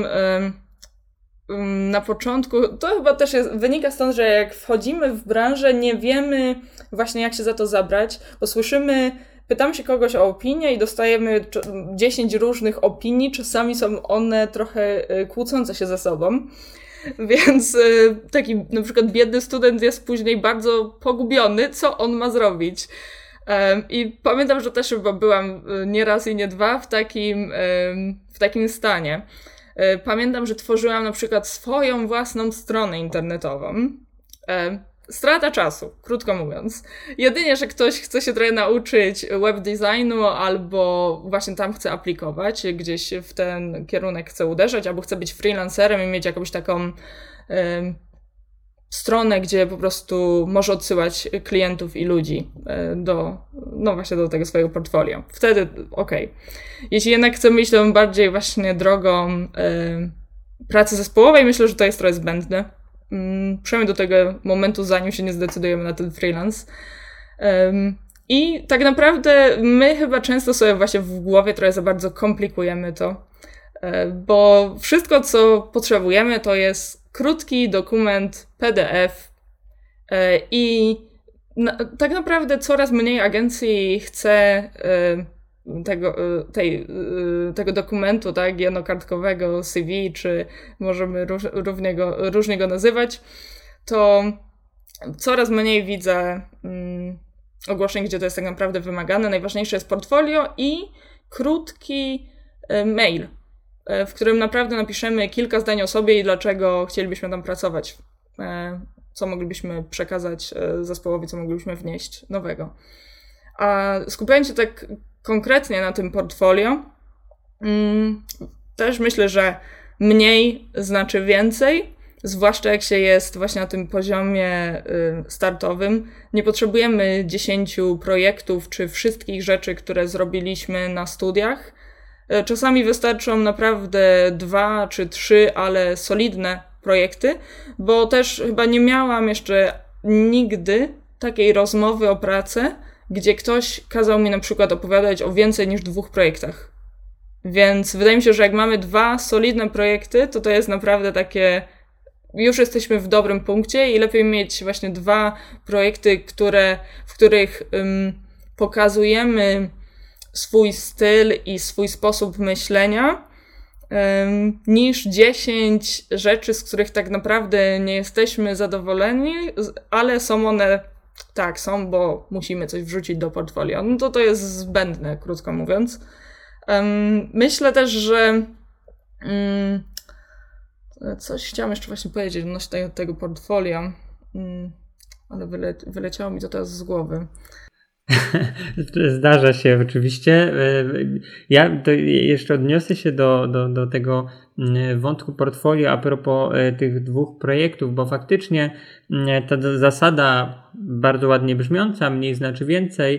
na początku, to chyba też wynika stąd, że jak wchodzimy w branżę, nie wiemy właśnie jak się za to zabrać, bo pytamy się kogoś o opinię i dostajemy 10 różnych opinii, czasami są one trochę kłócące się ze sobą. Więc taki na przykład biedny student jest później bardzo pogubiony, co on ma zrobić. I pamiętam, że też chyba byłam nie raz i nie dwa w takim stanie. Pamiętam, że tworzyłam na przykład swoją własną stronę internetową. Strata czasu, krótko mówiąc. Jedynie, że ktoś chce się trochę nauczyć web designu albo właśnie tam chce aplikować, gdzieś w ten kierunek chce uderzać, albo chce być freelancerem i mieć jakąś taką stronę, gdzie po prostu może odsyłać klientów i ludzi właśnie do tego swojego portfolio. Wtedy okej. Jeśli jednak chcemy iść tą bardziej właśnie drogą pracy zespołowej, myślę, że to jest trochę zbędne. Przynajmniej do tego momentu, zanim się nie zdecydujemy na ten freelance. I tak naprawdę my chyba często sobie właśnie w głowie trochę za bardzo komplikujemy to, bo wszystko, co potrzebujemy, to jest krótki dokument PDF i tak naprawdę coraz mniej agencji chce tego dokumentu, tak, jednokartkowego CV, czy możemy różnie go nazywać, to coraz mniej widzę ogłoszeń, gdzie to jest tak naprawdę wymagane. Najważniejsze jest portfolio i krótki mail, w którym naprawdę napiszemy kilka zdań o sobie i dlaczego chcielibyśmy tam pracować, co moglibyśmy przekazać zespołowi, co moglibyśmy wnieść nowego. A skupiając się tak konkretnie na tym portfolio, też myślę, że mniej znaczy więcej, zwłaszcza jak się jest właśnie na tym poziomie startowym. Nie potrzebujemy 10 projektów czy wszystkich rzeczy, które zrobiliśmy na studiach. Czasami wystarczą naprawdę 2 czy 3, ale solidne projekty, bo też chyba nie miałam jeszcze nigdy takiej rozmowy o pracę, gdzie ktoś kazał mi na przykład opowiadać o więcej niż 2 projektach. Więc wydaje mi się, że jak mamy 2 solidne projekty, to jest naprawdę takie, już jesteśmy w dobrym punkcie i lepiej mieć właśnie 2 projekty, w których pokazujemy swój styl i swój sposób myślenia, niż 10 rzeczy, z których tak naprawdę nie jesteśmy zadowoleni, ale są one, tak, są, bo musimy coś wrzucić do portfolio. No to jest zbędne, krótko mówiąc. Myślę też, że coś chciałam jeszcze właśnie powiedzieć odnośnie tego portfolio, ale wyleciało mi to teraz z głowy. Zdarza się oczywiście. Ja jeszcze odniosę się do tego wątku portfolio a propos tych 2 projektów, bo faktycznie ta zasada bardzo ładnie brzmiąca, mniej znaczy więcej,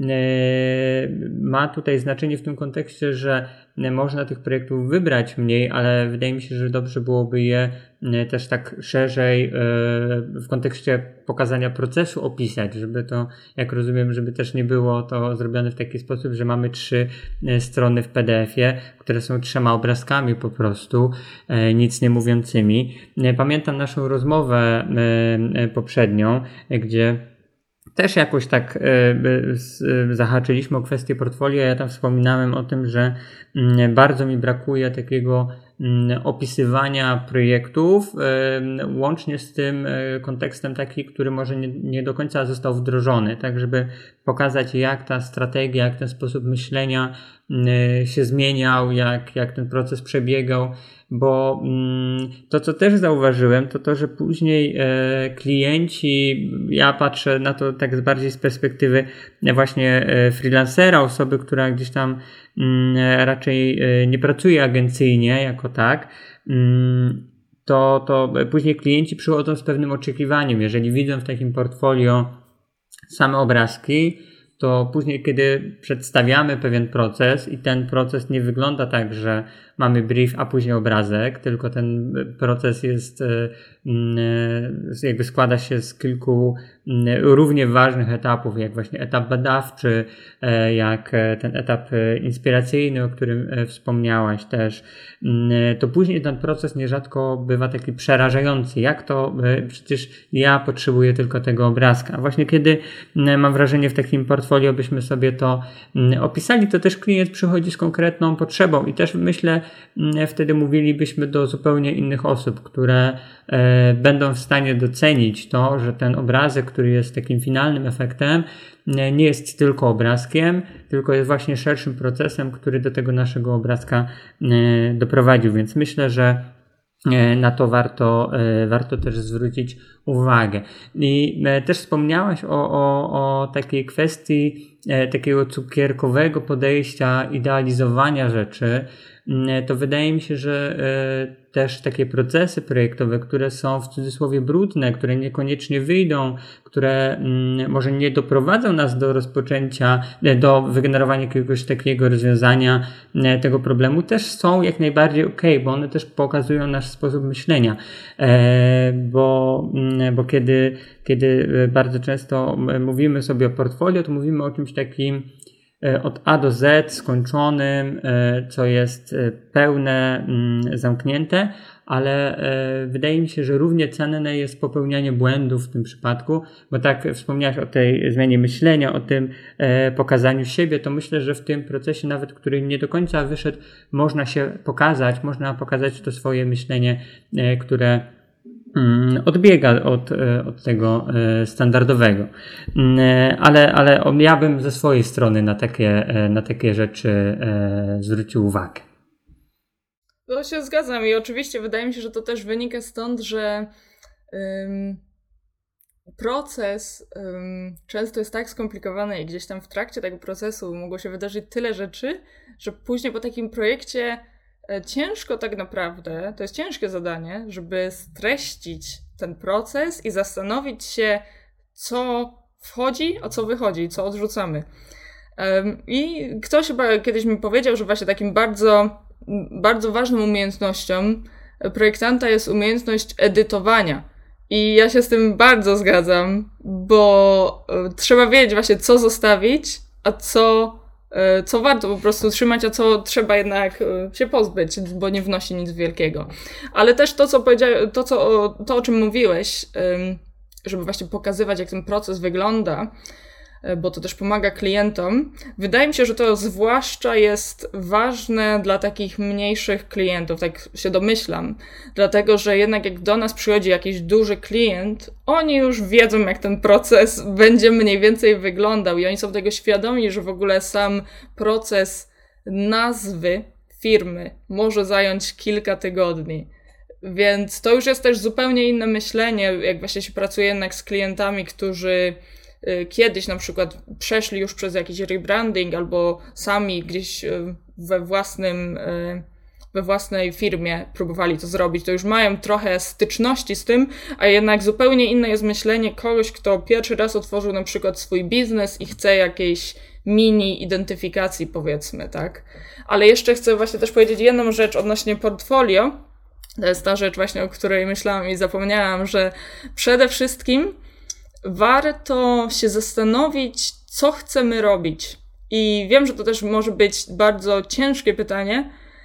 ma tutaj znaczenie w tym kontekście, że można tych projektów wybrać mniej, ale wydaje mi się, że dobrze byłoby je też tak szerzej w kontekście pokazania procesu opisać, żeby to, jak rozumiem, żeby też nie było to zrobione w taki sposób, że mamy 3 strony w PDF-ie, które są 3 obrazkami po prostu, nic nie mówiącymi. Pamiętam naszą rozmowę poprzednią, gdzie też jakoś tak zahaczyliśmy o kwestię portfolio. Ja tam wspominałem o tym, że bardzo mi brakuje takiego opisywania projektów, łącznie z tym kontekstem taki, który może nie do końca został wdrożony, tak żeby pokazać, jak ta strategia, jak ten sposób myślenia się zmieniał, jak ten proces przebiegał, bo to, co też zauważyłem, to, że później klienci, ja patrzę na to tak bardziej z perspektywy właśnie freelancera, osoby, która gdzieś tam raczej nie pracuje agencyjnie jako tak, to później klienci przychodzą z pewnym oczekiwaniem. Jeżeli widzą w takim portfolio same obrazki, to później, kiedy przedstawiamy pewien proces i ten proces nie wygląda tak, że mamy brief, a później obrazek, tylko ten proces jest jakby składa się z kilku równie ważnych etapów, jak właśnie etap badawczy, jak ten etap inspiracyjny, o którym wspomniałaś też, to później ten proces nierzadko bywa taki przerażający. Jak to? Przecież ja potrzebuję tylko tego obrazka. A właśnie kiedy mam wrażenie w takim portfolio byśmy sobie to opisali, to też klient przychodzi z konkretną potrzebą i też myślę, wtedy mówilibyśmy do zupełnie innych osób, które będą w stanie docenić to, że ten obrazek, który jest takim finalnym efektem, nie jest tylko obrazkiem, tylko jest właśnie szerszym procesem, który do tego naszego obrazka doprowadził. Więc myślę, że na to warto też zwrócić uwagę. I też wspomniałaś o takiej kwestii takiego cukierkowego podejścia, idealizowania rzeczy. To wydaje mi się, że też takie procesy projektowe, które są w cudzysłowie brudne, które niekoniecznie wyjdą, które może nie doprowadzą nas do rozpoczęcia, do wygenerowania jakiegoś takiego rozwiązania tego problemu, też są jak najbardziej okej, bo one też pokazują nasz sposób myślenia. Bo kiedy bardzo często mówimy sobie o portfolio, to mówimy o czymś takim od A do Z skończonym, co jest pełne, zamknięte, ale wydaje mi się, że równie cenne jest popełnianie błędów w tym przypadku, bo tak wspomniałaś o tej zmianie myślenia, o tym pokazaniu siebie, to myślę, że w tym procesie nawet, który nie do końca wyszedł, można pokazać to swoje myślenie, które odbiega od tego standardowego. Ale ja bym ze swojej strony na takie rzeczy zwrócił uwagę. To się zgadzam i oczywiście wydaje mi się, że to też wynika stąd, że proces często jest tak skomplikowany i gdzieś tam w trakcie tego procesu mogło się wydarzyć tyle rzeczy, że później po takim projekcie ciężko tak naprawdę, to jest ciężkie zadanie, żeby streścić ten proces i zastanowić się, co wchodzi, a co wychodzi, co odrzucamy. I ktoś chyba kiedyś mi powiedział, że właśnie takim bardzo, bardzo ważną umiejętnością projektanta jest umiejętność edytowania. I ja się z tym bardzo zgadzam, bo trzeba wiedzieć właśnie, co zostawić, a co warto po prostu trzymać, a co trzeba jednak się pozbyć, bo nie wnosi nic wielkiego. Ale też to, co powiedziałeś, to o czym mówiłeś, żeby właśnie pokazywać, jak ten proces wygląda, bo to też pomaga klientom. Wydaje mi się, że to zwłaszcza jest ważne dla takich mniejszych klientów, tak się domyślam. Dlatego, że jednak jak do nas przychodzi jakiś duży klient, oni już wiedzą, jak ten proces będzie mniej więcej wyglądał i oni są tego świadomi, że w ogóle sam proces nazwy firmy może zająć kilka tygodni. Więc to już jest też zupełnie inne myślenie, jak właśnie się pracuje jednak z klientami, którzy kiedyś na przykład przeszli już przez jakiś rebranding albo sami gdzieś we własnej firmie próbowali to zrobić, to już mają trochę styczności z tym, a jednak zupełnie inne jest myślenie kogoś, kto pierwszy raz otworzył na przykład swój biznes i chce jakiejś mini identyfikacji, powiedzmy, tak? Ale jeszcze chcę właśnie też powiedzieć jedną rzecz odnośnie portfolio. To jest ta rzecz właśnie, o której myślałam i zapomniałam, że przede wszystkim warto się zastanowić, co chcemy robić. I wiem, że to też może być bardzo ciężkie pytanie,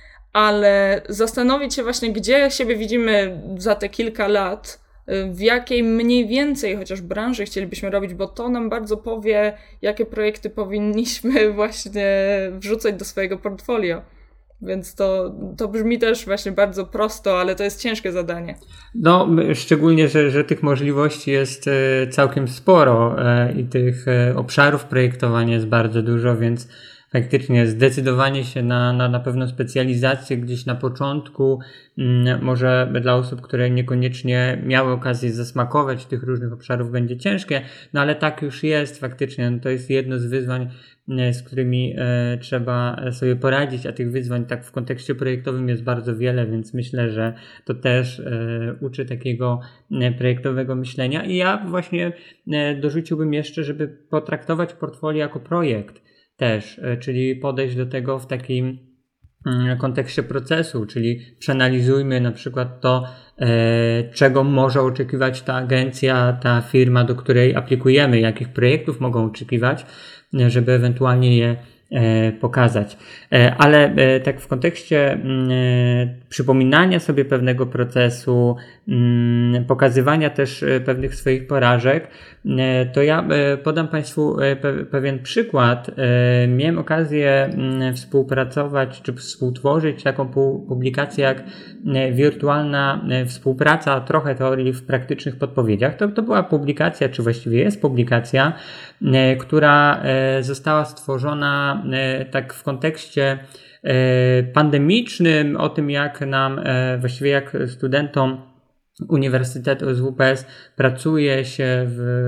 ale zastanowić się właśnie, gdzie siebie widzimy za te kilka lat, w jakiej mniej więcej chociaż branży chcielibyśmy robić, bo to nam bardzo powie, jakie projekty powinniśmy właśnie wrzucać do swojego portfolio. Więc to brzmi też właśnie bardzo prosto, ale to jest ciężkie zadanie. No, szczególnie, że tych możliwości jest całkiem sporo i tych obszarów projektowania jest bardzo dużo, więc faktycznie zdecydowanie się na pewną specjalizację gdzieś na początku, może dla osób, które niekoniecznie miały okazję zasmakować tych różnych obszarów, będzie ciężkie, no ale tak już jest faktycznie, no to jest jedno z wyzwań, z którymi trzeba sobie poradzić, a tych wyzwań tak w kontekście projektowym jest bardzo wiele, więc myślę, że to też uczy takiego projektowego myślenia i ja właśnie dorzuciłbym jeszcze, żeby potraktować portfolio jako projekt też, czyli podejść do tego w takim kontekście procesu, czyli przeanalizujmy na przykład to, czego może oczekiwać ta agencja, ta firma, do której aplikujemy, jakich projektów mogą oczekiwać, żeby ewentualnie je pokazać. Ale tak w kontekście przypominania sobie pewnego procesu, pokazywania też pewnych swoich porażek, to ja podam Państwu pewien przykład. Miałem okazję współpracować czy współtworzyć taką publikację jak wirtualna współpraca, trochę teorii w praktycznych podpowiedziach. To była publikacja, czy właściwie jest publikacja, która została stworzona tak w kontekście pandemicznym, o tym jak nam, właściwie jak studentom Uniwersytetu SWPS pracuje się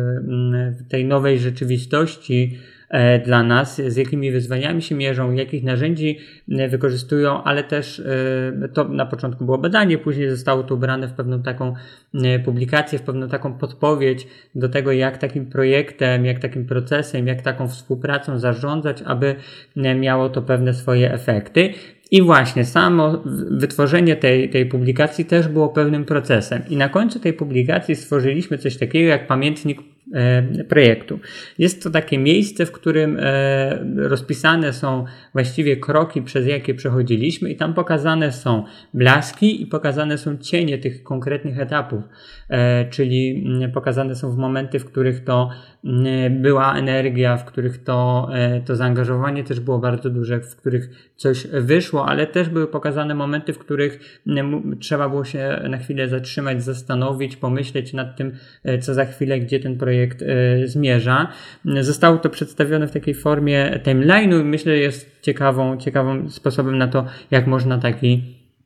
w tej nowej rzeczywistości dla nas, z jakimi wyzwaniami się mierzą, jakich narzędzi wykorzystują, ale też to na początku było badanie, później zostało to ubrane w pewną taką publikację, w pewną taką podpowiedź do tego, jak takim projektem, jak takim procesem, jak taką współpracą zarządzać, aby miało to pewne swoje efekty. I właśnie samo wytworzenie tej publikacji też było pewnym procesem. I na końcu tej publikacji stworzyliśmy coś takiego jak pamiętnik projektu. Jest to takie miejsce, w którym rozpisane są właściwie kroki, przez jakie przechodziliśmy i tam pokazane są blaski i pokazane są cienie tych konkretnych etapów, czyli pokazane są w momenty, w których to była energia, w których to zaangażowanie też było bardzo duże, w których coś wyszło, ale też były pokazane momenty, w których trzeba było się na chwilę zatrzymać, zastanowić, pomyśleć nad tym, co za chwilę, gdzie ten projekt zmierza. Zostało to przedstawione w takiej formie timeline'u i myślę, że jest ciekawym sposobem na to, jak można taki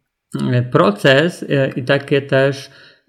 proces i takie też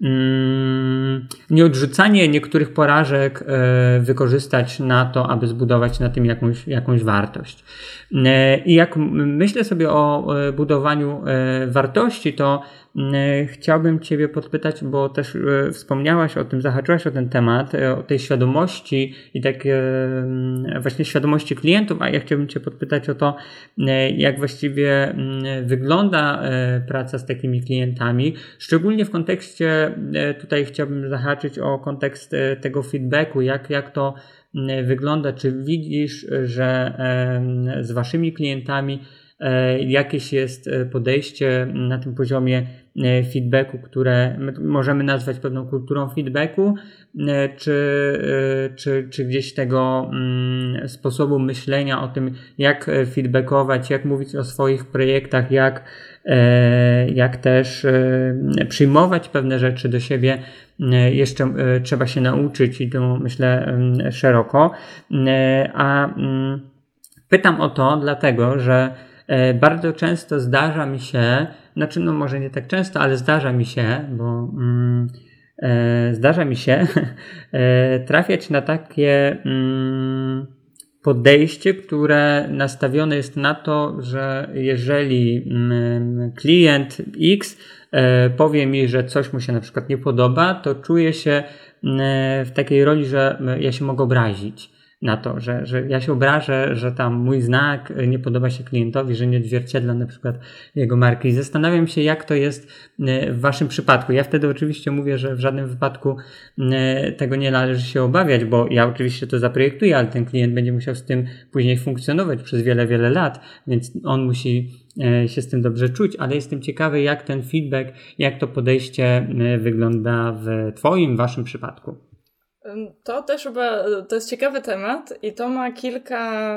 nieodrzucanie niektórych porażek wykorzystać na to, aby zbudować na tym jakąś wartość. I jak myślę sobie o budowaniu wartości, to chciałbym Ciebie podpytać, bo też wspomniałaś o tym, zahaczyłaś o ten temat, o tej świadomości i takie właśnie świadomości klientów, a ja chciałbym Cię podpytać o to, jak właściwie wygląda praca z takimi klientami, szczególnie w kontekście, tutaj chciałbym zahaczyć o kontekst tego feedbacku, jak to wygląda, czy widzisz, że z Waszymi klientami jakieś jest podejście na tym poziomie feedbacku, które możemy nazwać pewną kulturą feedbacku, czy gdzieś tego sposobu myślenia o tym, jak feedbackować, jak mówić o swoich projektach, jak też przyjmować pewne rzeczy do siebie. Jeszcze trzeba się nauczyć i to myślę szeroko. A pytam o to dlatego, że bardzo często zdarza mi się, znaczy no może nie tak często, ale zdarza mi się, bo zdarza mi się trafiać na takie podejście, które nastawione jest na to, że jeżeli klient X powie mi, że coś mu się na przykład nie podoba, to czuję się w takiej roli, że ja się mogę obrazić na to, że ja się obrażę, że tam mój znak nie podoba się klientowi, że nie odzwierciedla na przykład jego marki. I zastanawiam się, jak to jest w waszym przypadku. Ja wtedy oczywiście mówię, że w żadnym wypadku tego nie należy się obawiać, bo ja oczywiście to zaprojektuję, ale ten klient będzie musiał z tym później funkcjonować przez wiele, wiele lat, więc on musi się z tym dobrze czuć, ale jestem ciekawy, jak ten feedback, jak to podejście wygląda w waszym przypadku. To też chyba, to jest ciekawy temat i to ma kilka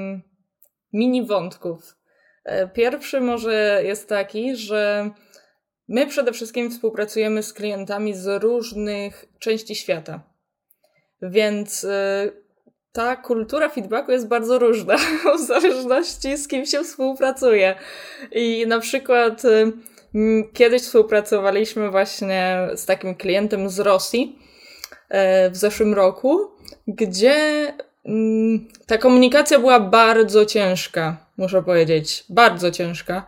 mini wątków. Pierwszy może jest taki, że my przede wszystkim współpracujemy z klientami z różnych części świata. Więc ta kultura feedbacku jest bardzo różna w zależności z kim się współpracuje. I na przykład kiedyś współpracowaliśmy właśnie z takim klientem z Rosji w zeszłym roku, gdzie ta komunikacja była bardzo ciężka, muszę powiedzieć, bardzo ciężka.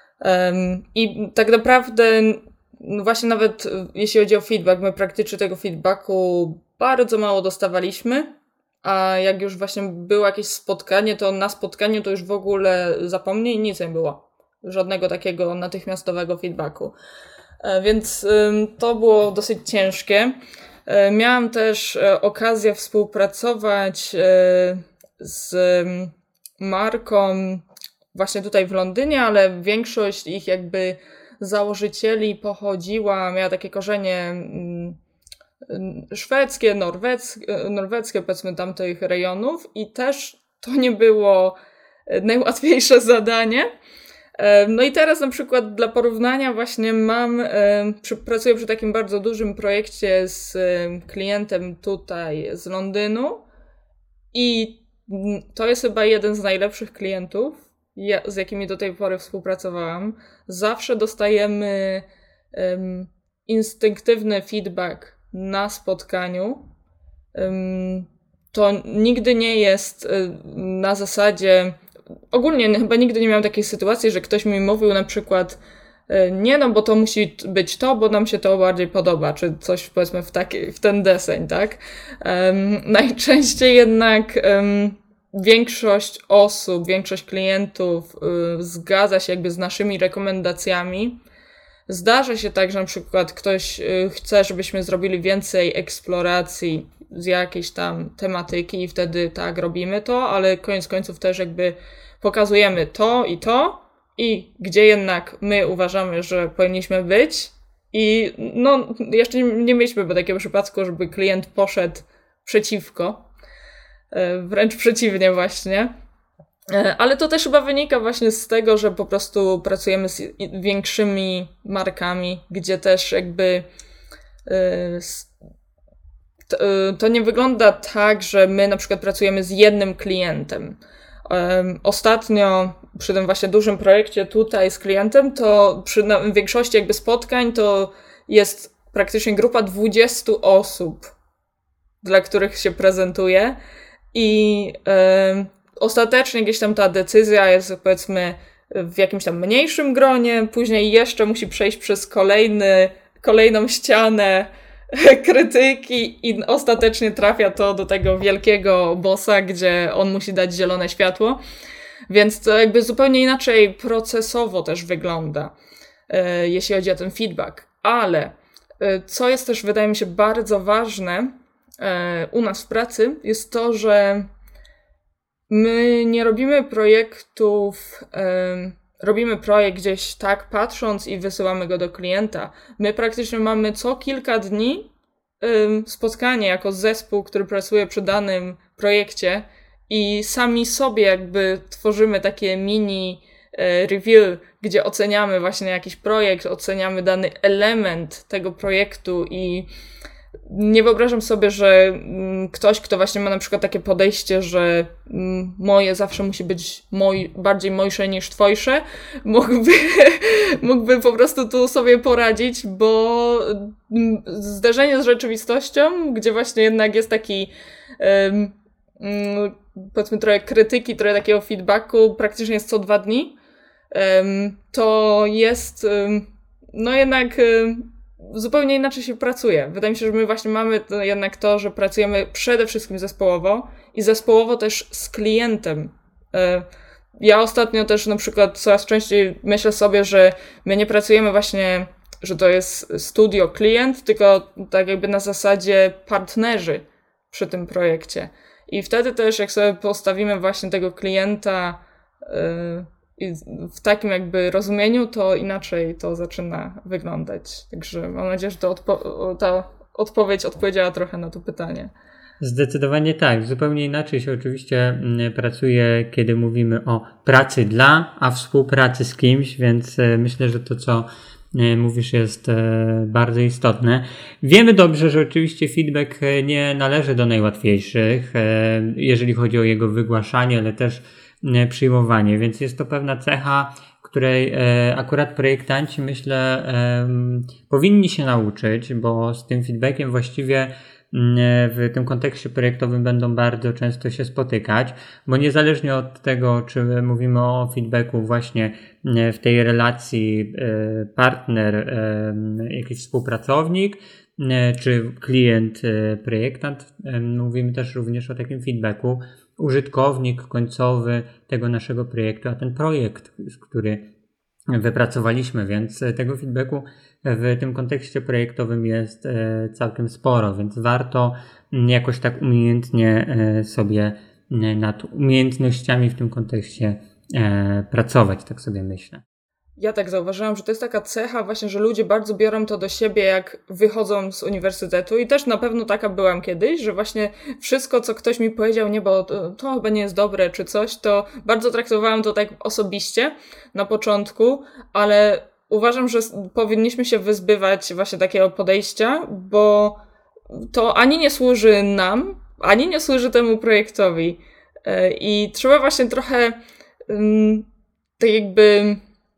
I tak naprawdę właśnie nawet jeśli chodzi o feedback, my praktycznie tego feedbacku bardzo mało dostawaliśmy, a jak już właśnie było jakieś spotkanie, to na spotkaniu to już w ogóle zapomnij, nic nie było. Żadnego takiego natychmiastowego feedbacku. Więc to było dosyć ciężkie. Miałam też okazję współpracować z marką właśnie tutaj w Londynie, ale większość ich jakby założycieli miała takie korzenie szwedzkie, norweskie, powiedzmy tamtych rejonów i też to nie było najłatwiejsze zadanie. No i teraz na przykład dla porównania właśnie pracuję przy takim bardzo dużym projekcie z klientem tutaj z Londynu i to jest chyba jeden z najlepszych klientów, z jakimi do tej pory współpracowałam. Zawsze dostajemy instynktywny feedback na spotkaniu. To nigdy nie jest na zasadzie... Ogólnie chyba nigdy nie miałam takiej sytuacji, że ktoś mi mówił na przykład nie, no bo to musi być to, bo nam się to bardziej podoba, czy coś powiedzmy w ten deseń, tak? Najczęściej jednak większość osób, większość klientów zgadza się jakby z naszymi rekomendacjami. Zdarza się tak, że na przykład ktoś chce, żebyśmy zrobili więcej eksploracji z jakiejś tam tematyki i wtedy tak robimy to, ale koniec końców też jakby pokazujemy to i gdzie jednak my uważamy, że powinniśmy być i no jeszcze nie mieliśmy takiego przypadku, żeby klient poszedł przeciwko, wręcz przeciwnie właśnie. Ale to też chyba wynika właśnie z tego, że po prostu pracujemy z większymi markami, gdzie też jakby to nie wygląda tak, że my na przykład pracujemy z jednym klientem. Ostatnio przy tym właśnie dużym projekcie tutaj z klientem, to przy większości jakby spotkań to jest praktycznie grupa 20 osób, dla których się prezentuje i ostatecznie gdzieś tam ta decyzja jest powiedzmy w jakimś tam mniejszym gronie, później jeszcze musi przejść przez kolejną ścianę krytyki i ostatecznie trafia to do tego wielkiego bossa, gdzie on musi dać zielone światło. Więc to jakby zupełnie inaczej procesowo też wygląda, jeśli chodzi o ten feedback. Ale co jest też, wydaje mi się, bardzo ważne u nas w pracy, jest to, że My nie robimy projektów, robimy projekt gdzieś tak patrząc i wysyłamy go do klienta. My praktycznie mamy co kilka dni spotkanie jako zespół, który pracuje przy danym projekcie i sami sobie jakby tworzymy takie mini review, gdzie oceniamy właśnie jakiś projekt, oceniamy dany element tego projektu i nie wyobrażam sobie, że ktoś, kto właśnie ma na przykład takie podejście, że moje zawsze musi być bardziej mojsze niż twojsze, mógłby po prostu tu sobie poradzić, bo zderzenie z rzeczywistością, gdzie właśnie jednak jest taki powiedzmy trochę krytyki, trochę takiego feedbacku, praktycznie jest co 2 dni, to jest no jednak zupełnie inaczej się pracuje. Wydaje mi się, że my właśnie mamy jednak to, że pracujemy przede wszystkim zespołowo i zespołowo też z klientem. Ja ostatnio też na przykład coraz częściej myślę sobie, że my nie pracujemy właśnie, że to jest studio klient, tylko tak jakby na zasadzie partnerzy przy tym projekcie. I wtedy też jak sobie postawimy właśnie tego klienta i w takim jakby rozumieniu, to inaczej to zaczyna wyglądać. Także mam nadzieję, że ta odpowiedź odpowiedziała trochę na to pytanie. Zdecydowanie tak. Zupełnie inaczej się oczywiście pracuje, kiedy mówimy o pracy dla, a współpracy z kimś, więc myślę, że to, co mówisz, jest bardzo istotne. Wiemy dobrze, że oczywiście feedback nie należy do najłatwiejszych, jeżeli chodzi o jego wygłaszanie, ale też przyjmowanie, więc jest to pewna cecha, której akurat projektanci, myślę, powinni się nauczyć, bo z tym feedbackiem właściwie w tym kontekście projektowym będą bardzo często się spotykać, bo niezależnie od tego, czy mówimy o feedbacku właśnie w tej relacji partner, jakiś współpracownik, czy klient, projektant, mówimy też również o takim feedbacku użytkownik końcowy tego naszego projektu, a ten projekt, który wypracowaliśmy, więc tego feedbacku w tym kontekście projektowym jest całkiem sporo, więc warto jakoś tak umiejętnie sobie nad umiejętnościami w tym kontekście pracować, tak sobie myślę. Ja tak zauważyłam, że to jest taka cecha właśnie, że ludzie bardzo biorą to do siebie, jak wychodzą z uniwersytetu i też na pewno taka byłam kiedyś, że właśnie wszystko, co ktoś mi powiedział, nie, bo to chyba nie jest dobre czy coś, to bardzo traktowałam to tak osobiście na początku, ale uważam, że powinniśmy się wyzbywać właśnie takiego podejścia, bo to ani nie służy nam, ani nie służy temu projektowi i trzeba właśnie trochę tak jakby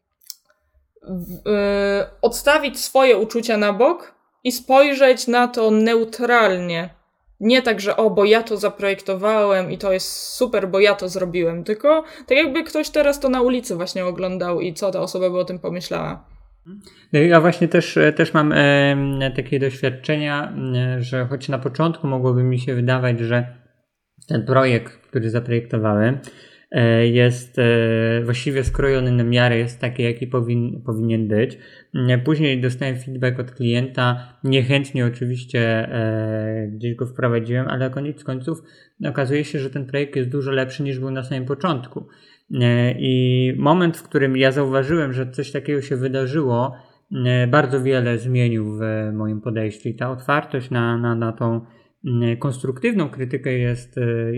odstawić swoje uczucia na bok i spojrzeć na to neutralnie. Nie tak, że bo ja to zaprojektowałem i to jest super, bo ja to zrobiłem, tylko tak jakby ktoś teraz to na ulicy właśnie oglądał i co ta osoba by o tym pomyślała. Ja właśnie też mam takie doświadczenia, że choć na początku mogłoby mi się wydawać, że ten projekt, który zaprojektowałem, jest właściwie skrojony na miarę, jest taki, jaki powinien być. Później dostałem feedback od klienta, niechętnie oczywiście gdzieś go wprowadziłem, ale koniec końców okazuje się, że ten projekt jest dużo lepszy niż był na samym początku. I moment, w którym ja zauważyłem, że coś takiego się wydarzyło, bardzo wiele zmienił w moim podejściu i ta otwartość na tą konstruktywną krytykę jest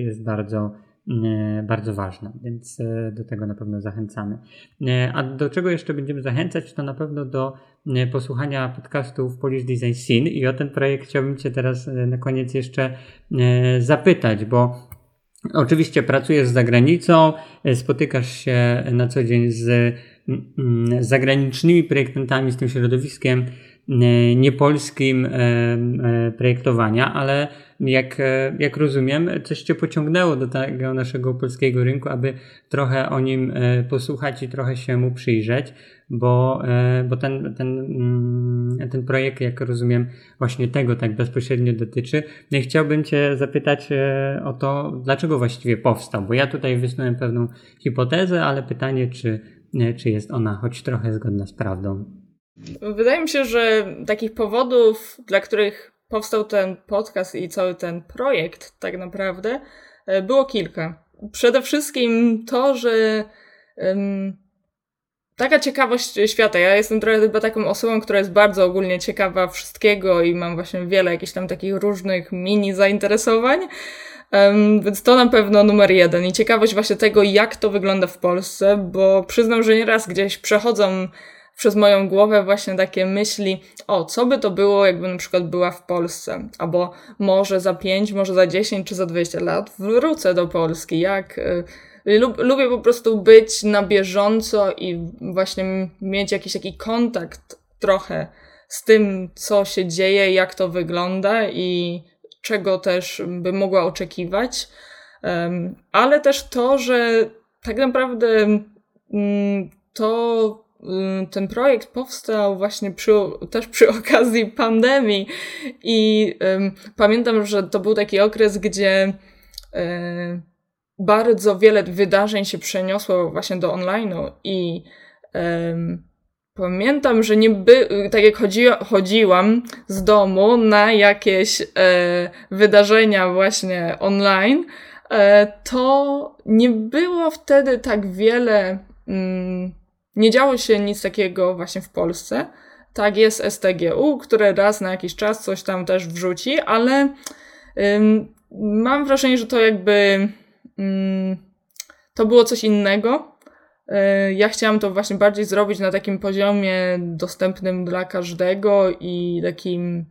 bardzo ważna, więc do tego na pewno zachęcamy. A do czego jeszcze będziemy zachęcać, to na pewno do posłuchania podcastów Polish Design Scene i o ten projekt chciałbym Cię teraz na koniec jeszcze zapytać, bo oczywiście pracujesz za granicą, spotykasz się na co dzień z zagranicznymi projektantami, z tym środowiskiem niepolskim projektowania, ale jak rozumiem, coś Cię pociągnęło do tego naszego polskiego rynku, aby trochę o nim posłuchać i trochę się mu przyjrzeć, bo ten projekt, jak rozumiem, właśnie tego tak bezpośrednio dotyczy. No i chciałbym Cię zapytać o to, dlaczego właściwie powstał, bo ja tutaj wysnułem pewną hipotezę, ale pytanie, czy jest ona choć trochę zgodna z prawdą. Wydaje mi się, że takich powodów, dla których powstał ten podcast i cały ten projekt tak naprawdę było kilka. przede wszystkim to, że taka ciekawość świata. Ja jestem trochę chyba taką osobą, która jest bardzo ogólnie ciekawa wszystkiego i mam właśnie wiele jakichś tam takich różnych mini zainteresowań. Więc to na pewno numer 1 i ciekawość właśnie tego, jak to wygląda w Polsce, bo przyznam, że nieraz gdzieś przechodzą przez moją głowę właśnie takie myśli, co by to było, jakby na przykład była w Polsce, albo może za 5, może za 10 czy za 20 lat wrócę do Polski, lubię po prostu być na bieżąco i właśnie mieć jakiś taki kontakt trochę z tym, co się dzieje, jak to wygląda i czego też bym mogła oczekiwać, ale też to, że tak naprawdę ten projekt powstał właśnie też przy okazji pandemii i pamiętam, że to był taki okres, gdzie bardzo wiele wydarzeń się przeniosło właśnie do online'u i pamiętam, że tak jak chodziłam z domu na jakieś wydarzenia właśnie online, to nie było wtedy tak wiele, nie działo się nic takiego właśnie w Polsce. Tak, jest STGU, które raz na jakiś czas coś tam też wrzuci, ale mam wrażenie, że to jakby to było coś innego. Ja chciałam to właśnie bardziej zrobić na takim poziomie dostępnym dla każdego i takim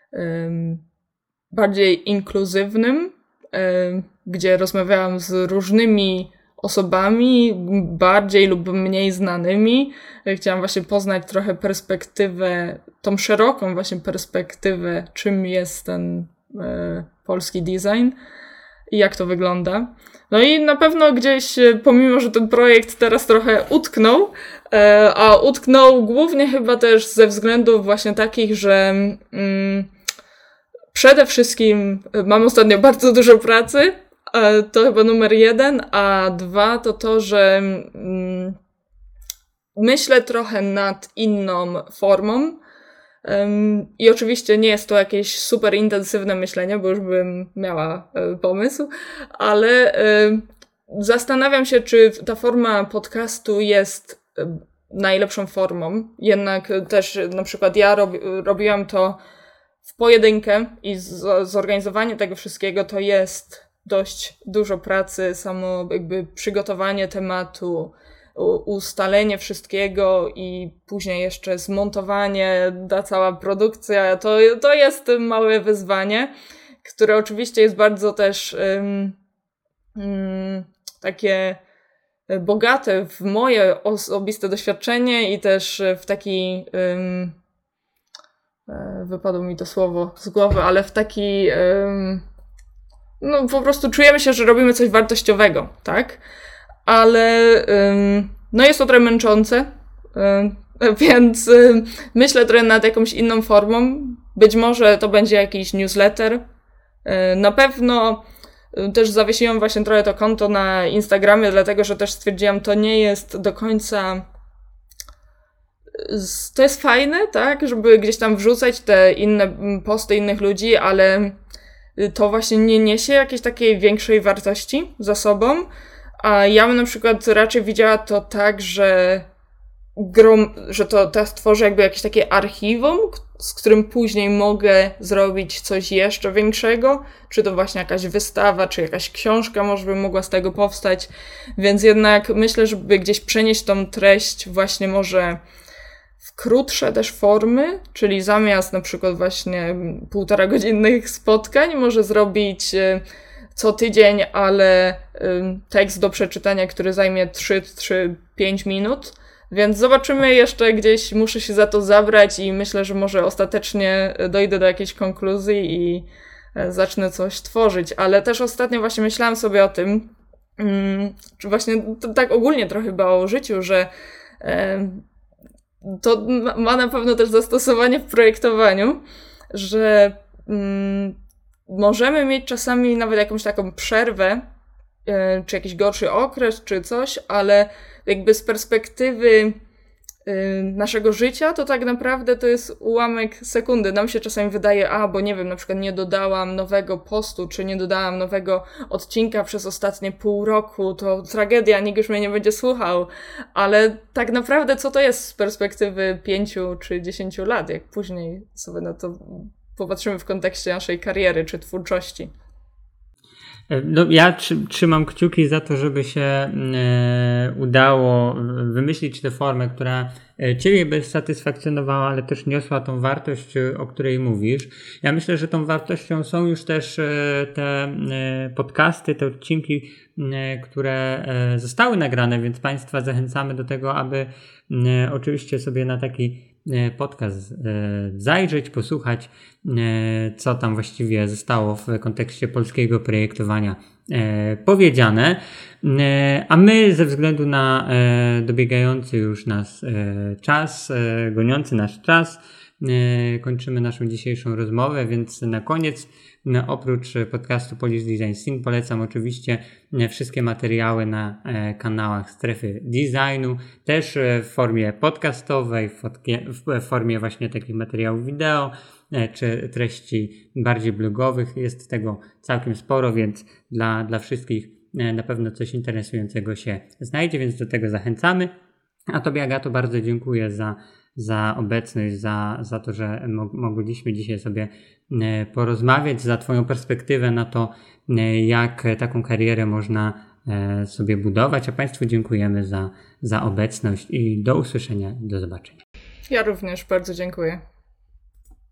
bardziej inkluzywnym, gdzie rozmawiałam z różnymi osobami, bardziej lub mniej znanymi. Chciałam właśnie poznać trochę perspektywę, tą szeroką właśnie perspektywę, czym jest ten polski design i jak to wygląda. No i na pewno gdzieś, pomimo że ten projekt teraz trochę utknął, a utknął głównie chyba też ze względów właśnie takich, że przede wszystkim mam ostatnio bardzo dużo pracy, to chyba numer 1, a 2 to, że myślę trochę nad inną formą. I oczywiście nie jest to jakieś super intensywne myślenie, bo już bym miała pomysł, ale zastanawiam się, czy ta forma podcastu jest najlepszą formą. Jednak też na przykład ja robiłam to w pojedynkę i zorganizowanie tego wszystkiego to jest dość dużo pracy, samo jakby przygotowanie tematu, ustalenie wszystkiego i później jeszcze zmontowanie, ta cała produkcja, to jest małe wyzwanie, które oczywiście jest bardzo też takie bogate w moje osobiste doświadczenie i też w taki wypadło mi to słowo z głowy, ale w taki po prostu czujemy się, że robimy coś wartościowego, tak? Ale no jest to trochę męczące, więc myślę trochę nad jakąś inną formą. Być może to będzie jakiś newsletter. Na pewno też zawiesiłam właśnie trochę to konto na Instagramie, dlatego że też stwierdziłam, to nie jest do końca... To jest fajne, tak, żeby gdzieś tam wrzucać te inne posty innych ludzi, ale to właśnie nie niesie jakiejś takiej większej wartości za sobą. A ja bym na przykład raczej widziała to tak, że to stworzę jakby jakieś takie archiwum, z którym później mogę zrobić coś jeszcze większego, czy to właśnie jakaś wystawa, czy jakaś książka może by mogła z tego powstać, więc jednak myślę, żeby gdzieś przenieść tą treść właśnie może w krótsze też formy, czyli zamiast na przykład właśnie 1,5-godzinnych spotkań może zrobić co tydzień, ale tekst do przeczytania, który zajmie 3-5 minut. Więc zobaczymy jeszcze gdzieś, muszę się za to zabrać i myślę, że może ostatecznie dojdę do jakiejś konkluzji i zacznę coś tworzyć. Ale też ostatnio właśnie myślałam sobie o tym, czy właśnie tak ogólnie trochę chyba o życiu, że to ma na pewno też zastosowanie w projektowaniu, że możemy mieć czasami nawet jakąś taką przerwę, czy jakiś gorszy okres, czy coś, ale jakby z perspektywy naszego życia, to tak naprawdę to jest ułamek sekundy. Nam się czasami wydaje, bo nie wiem, na przykład nie dodałam nowego postu, czy nie dodałam nowego odcinka przez ostatnie pół roku, to tragedia, nikt już mnie nie będzie słuchał. Ale tak naprawdę co to jest z perspektywy 5 czy 10 lat, jak później sobie na to popatrzymy w kontekście naszej kariery czy twórczości. No, ja trzymam kciuki za to, żeby się udało wymyślić tę formę, która Ciebie by satysfakcjonowała, ale też niosła tą wartość, o której mówisz. Ja myślę, że tą wartością są już też te podcasty, te odcinki, które zostały nagrane, więc Państwa zachęcamy do tego, aby oczywiście sobie na taki podcast zajrzeć, posłuchać, co tam właściwie zostało w kontekście polskiego projektowania powiedziane. A my ze względu na dobiegający już nas czas, goniący nasz czas, kończymy naszą dzisiejszą rozmowę, więc na koniec oprócz podcastu Polish Design Scene polecam oczywiście wszystkie materiały na kanałach Strefy Designu, też w formie podcastowej, w formie właśnie takich materiałów wideo, czy treści bardziej blogowych. Jest tego całkiem sporo, więc dla wszystkich na pewno coś interesującego się znajdzie, więc do tego zachęcamy. A Tobie, Agato, bardzo dziękuję za obecność, za to, że mogliśmy dzisiaj sobie porozmawiać, za Twoją perspektywę na to, jak taką karierę można sobie budować, a Państwu dziękujemy za obecność i do usłyszenia, do zobaczenia. Ja również bardzo dziękuję.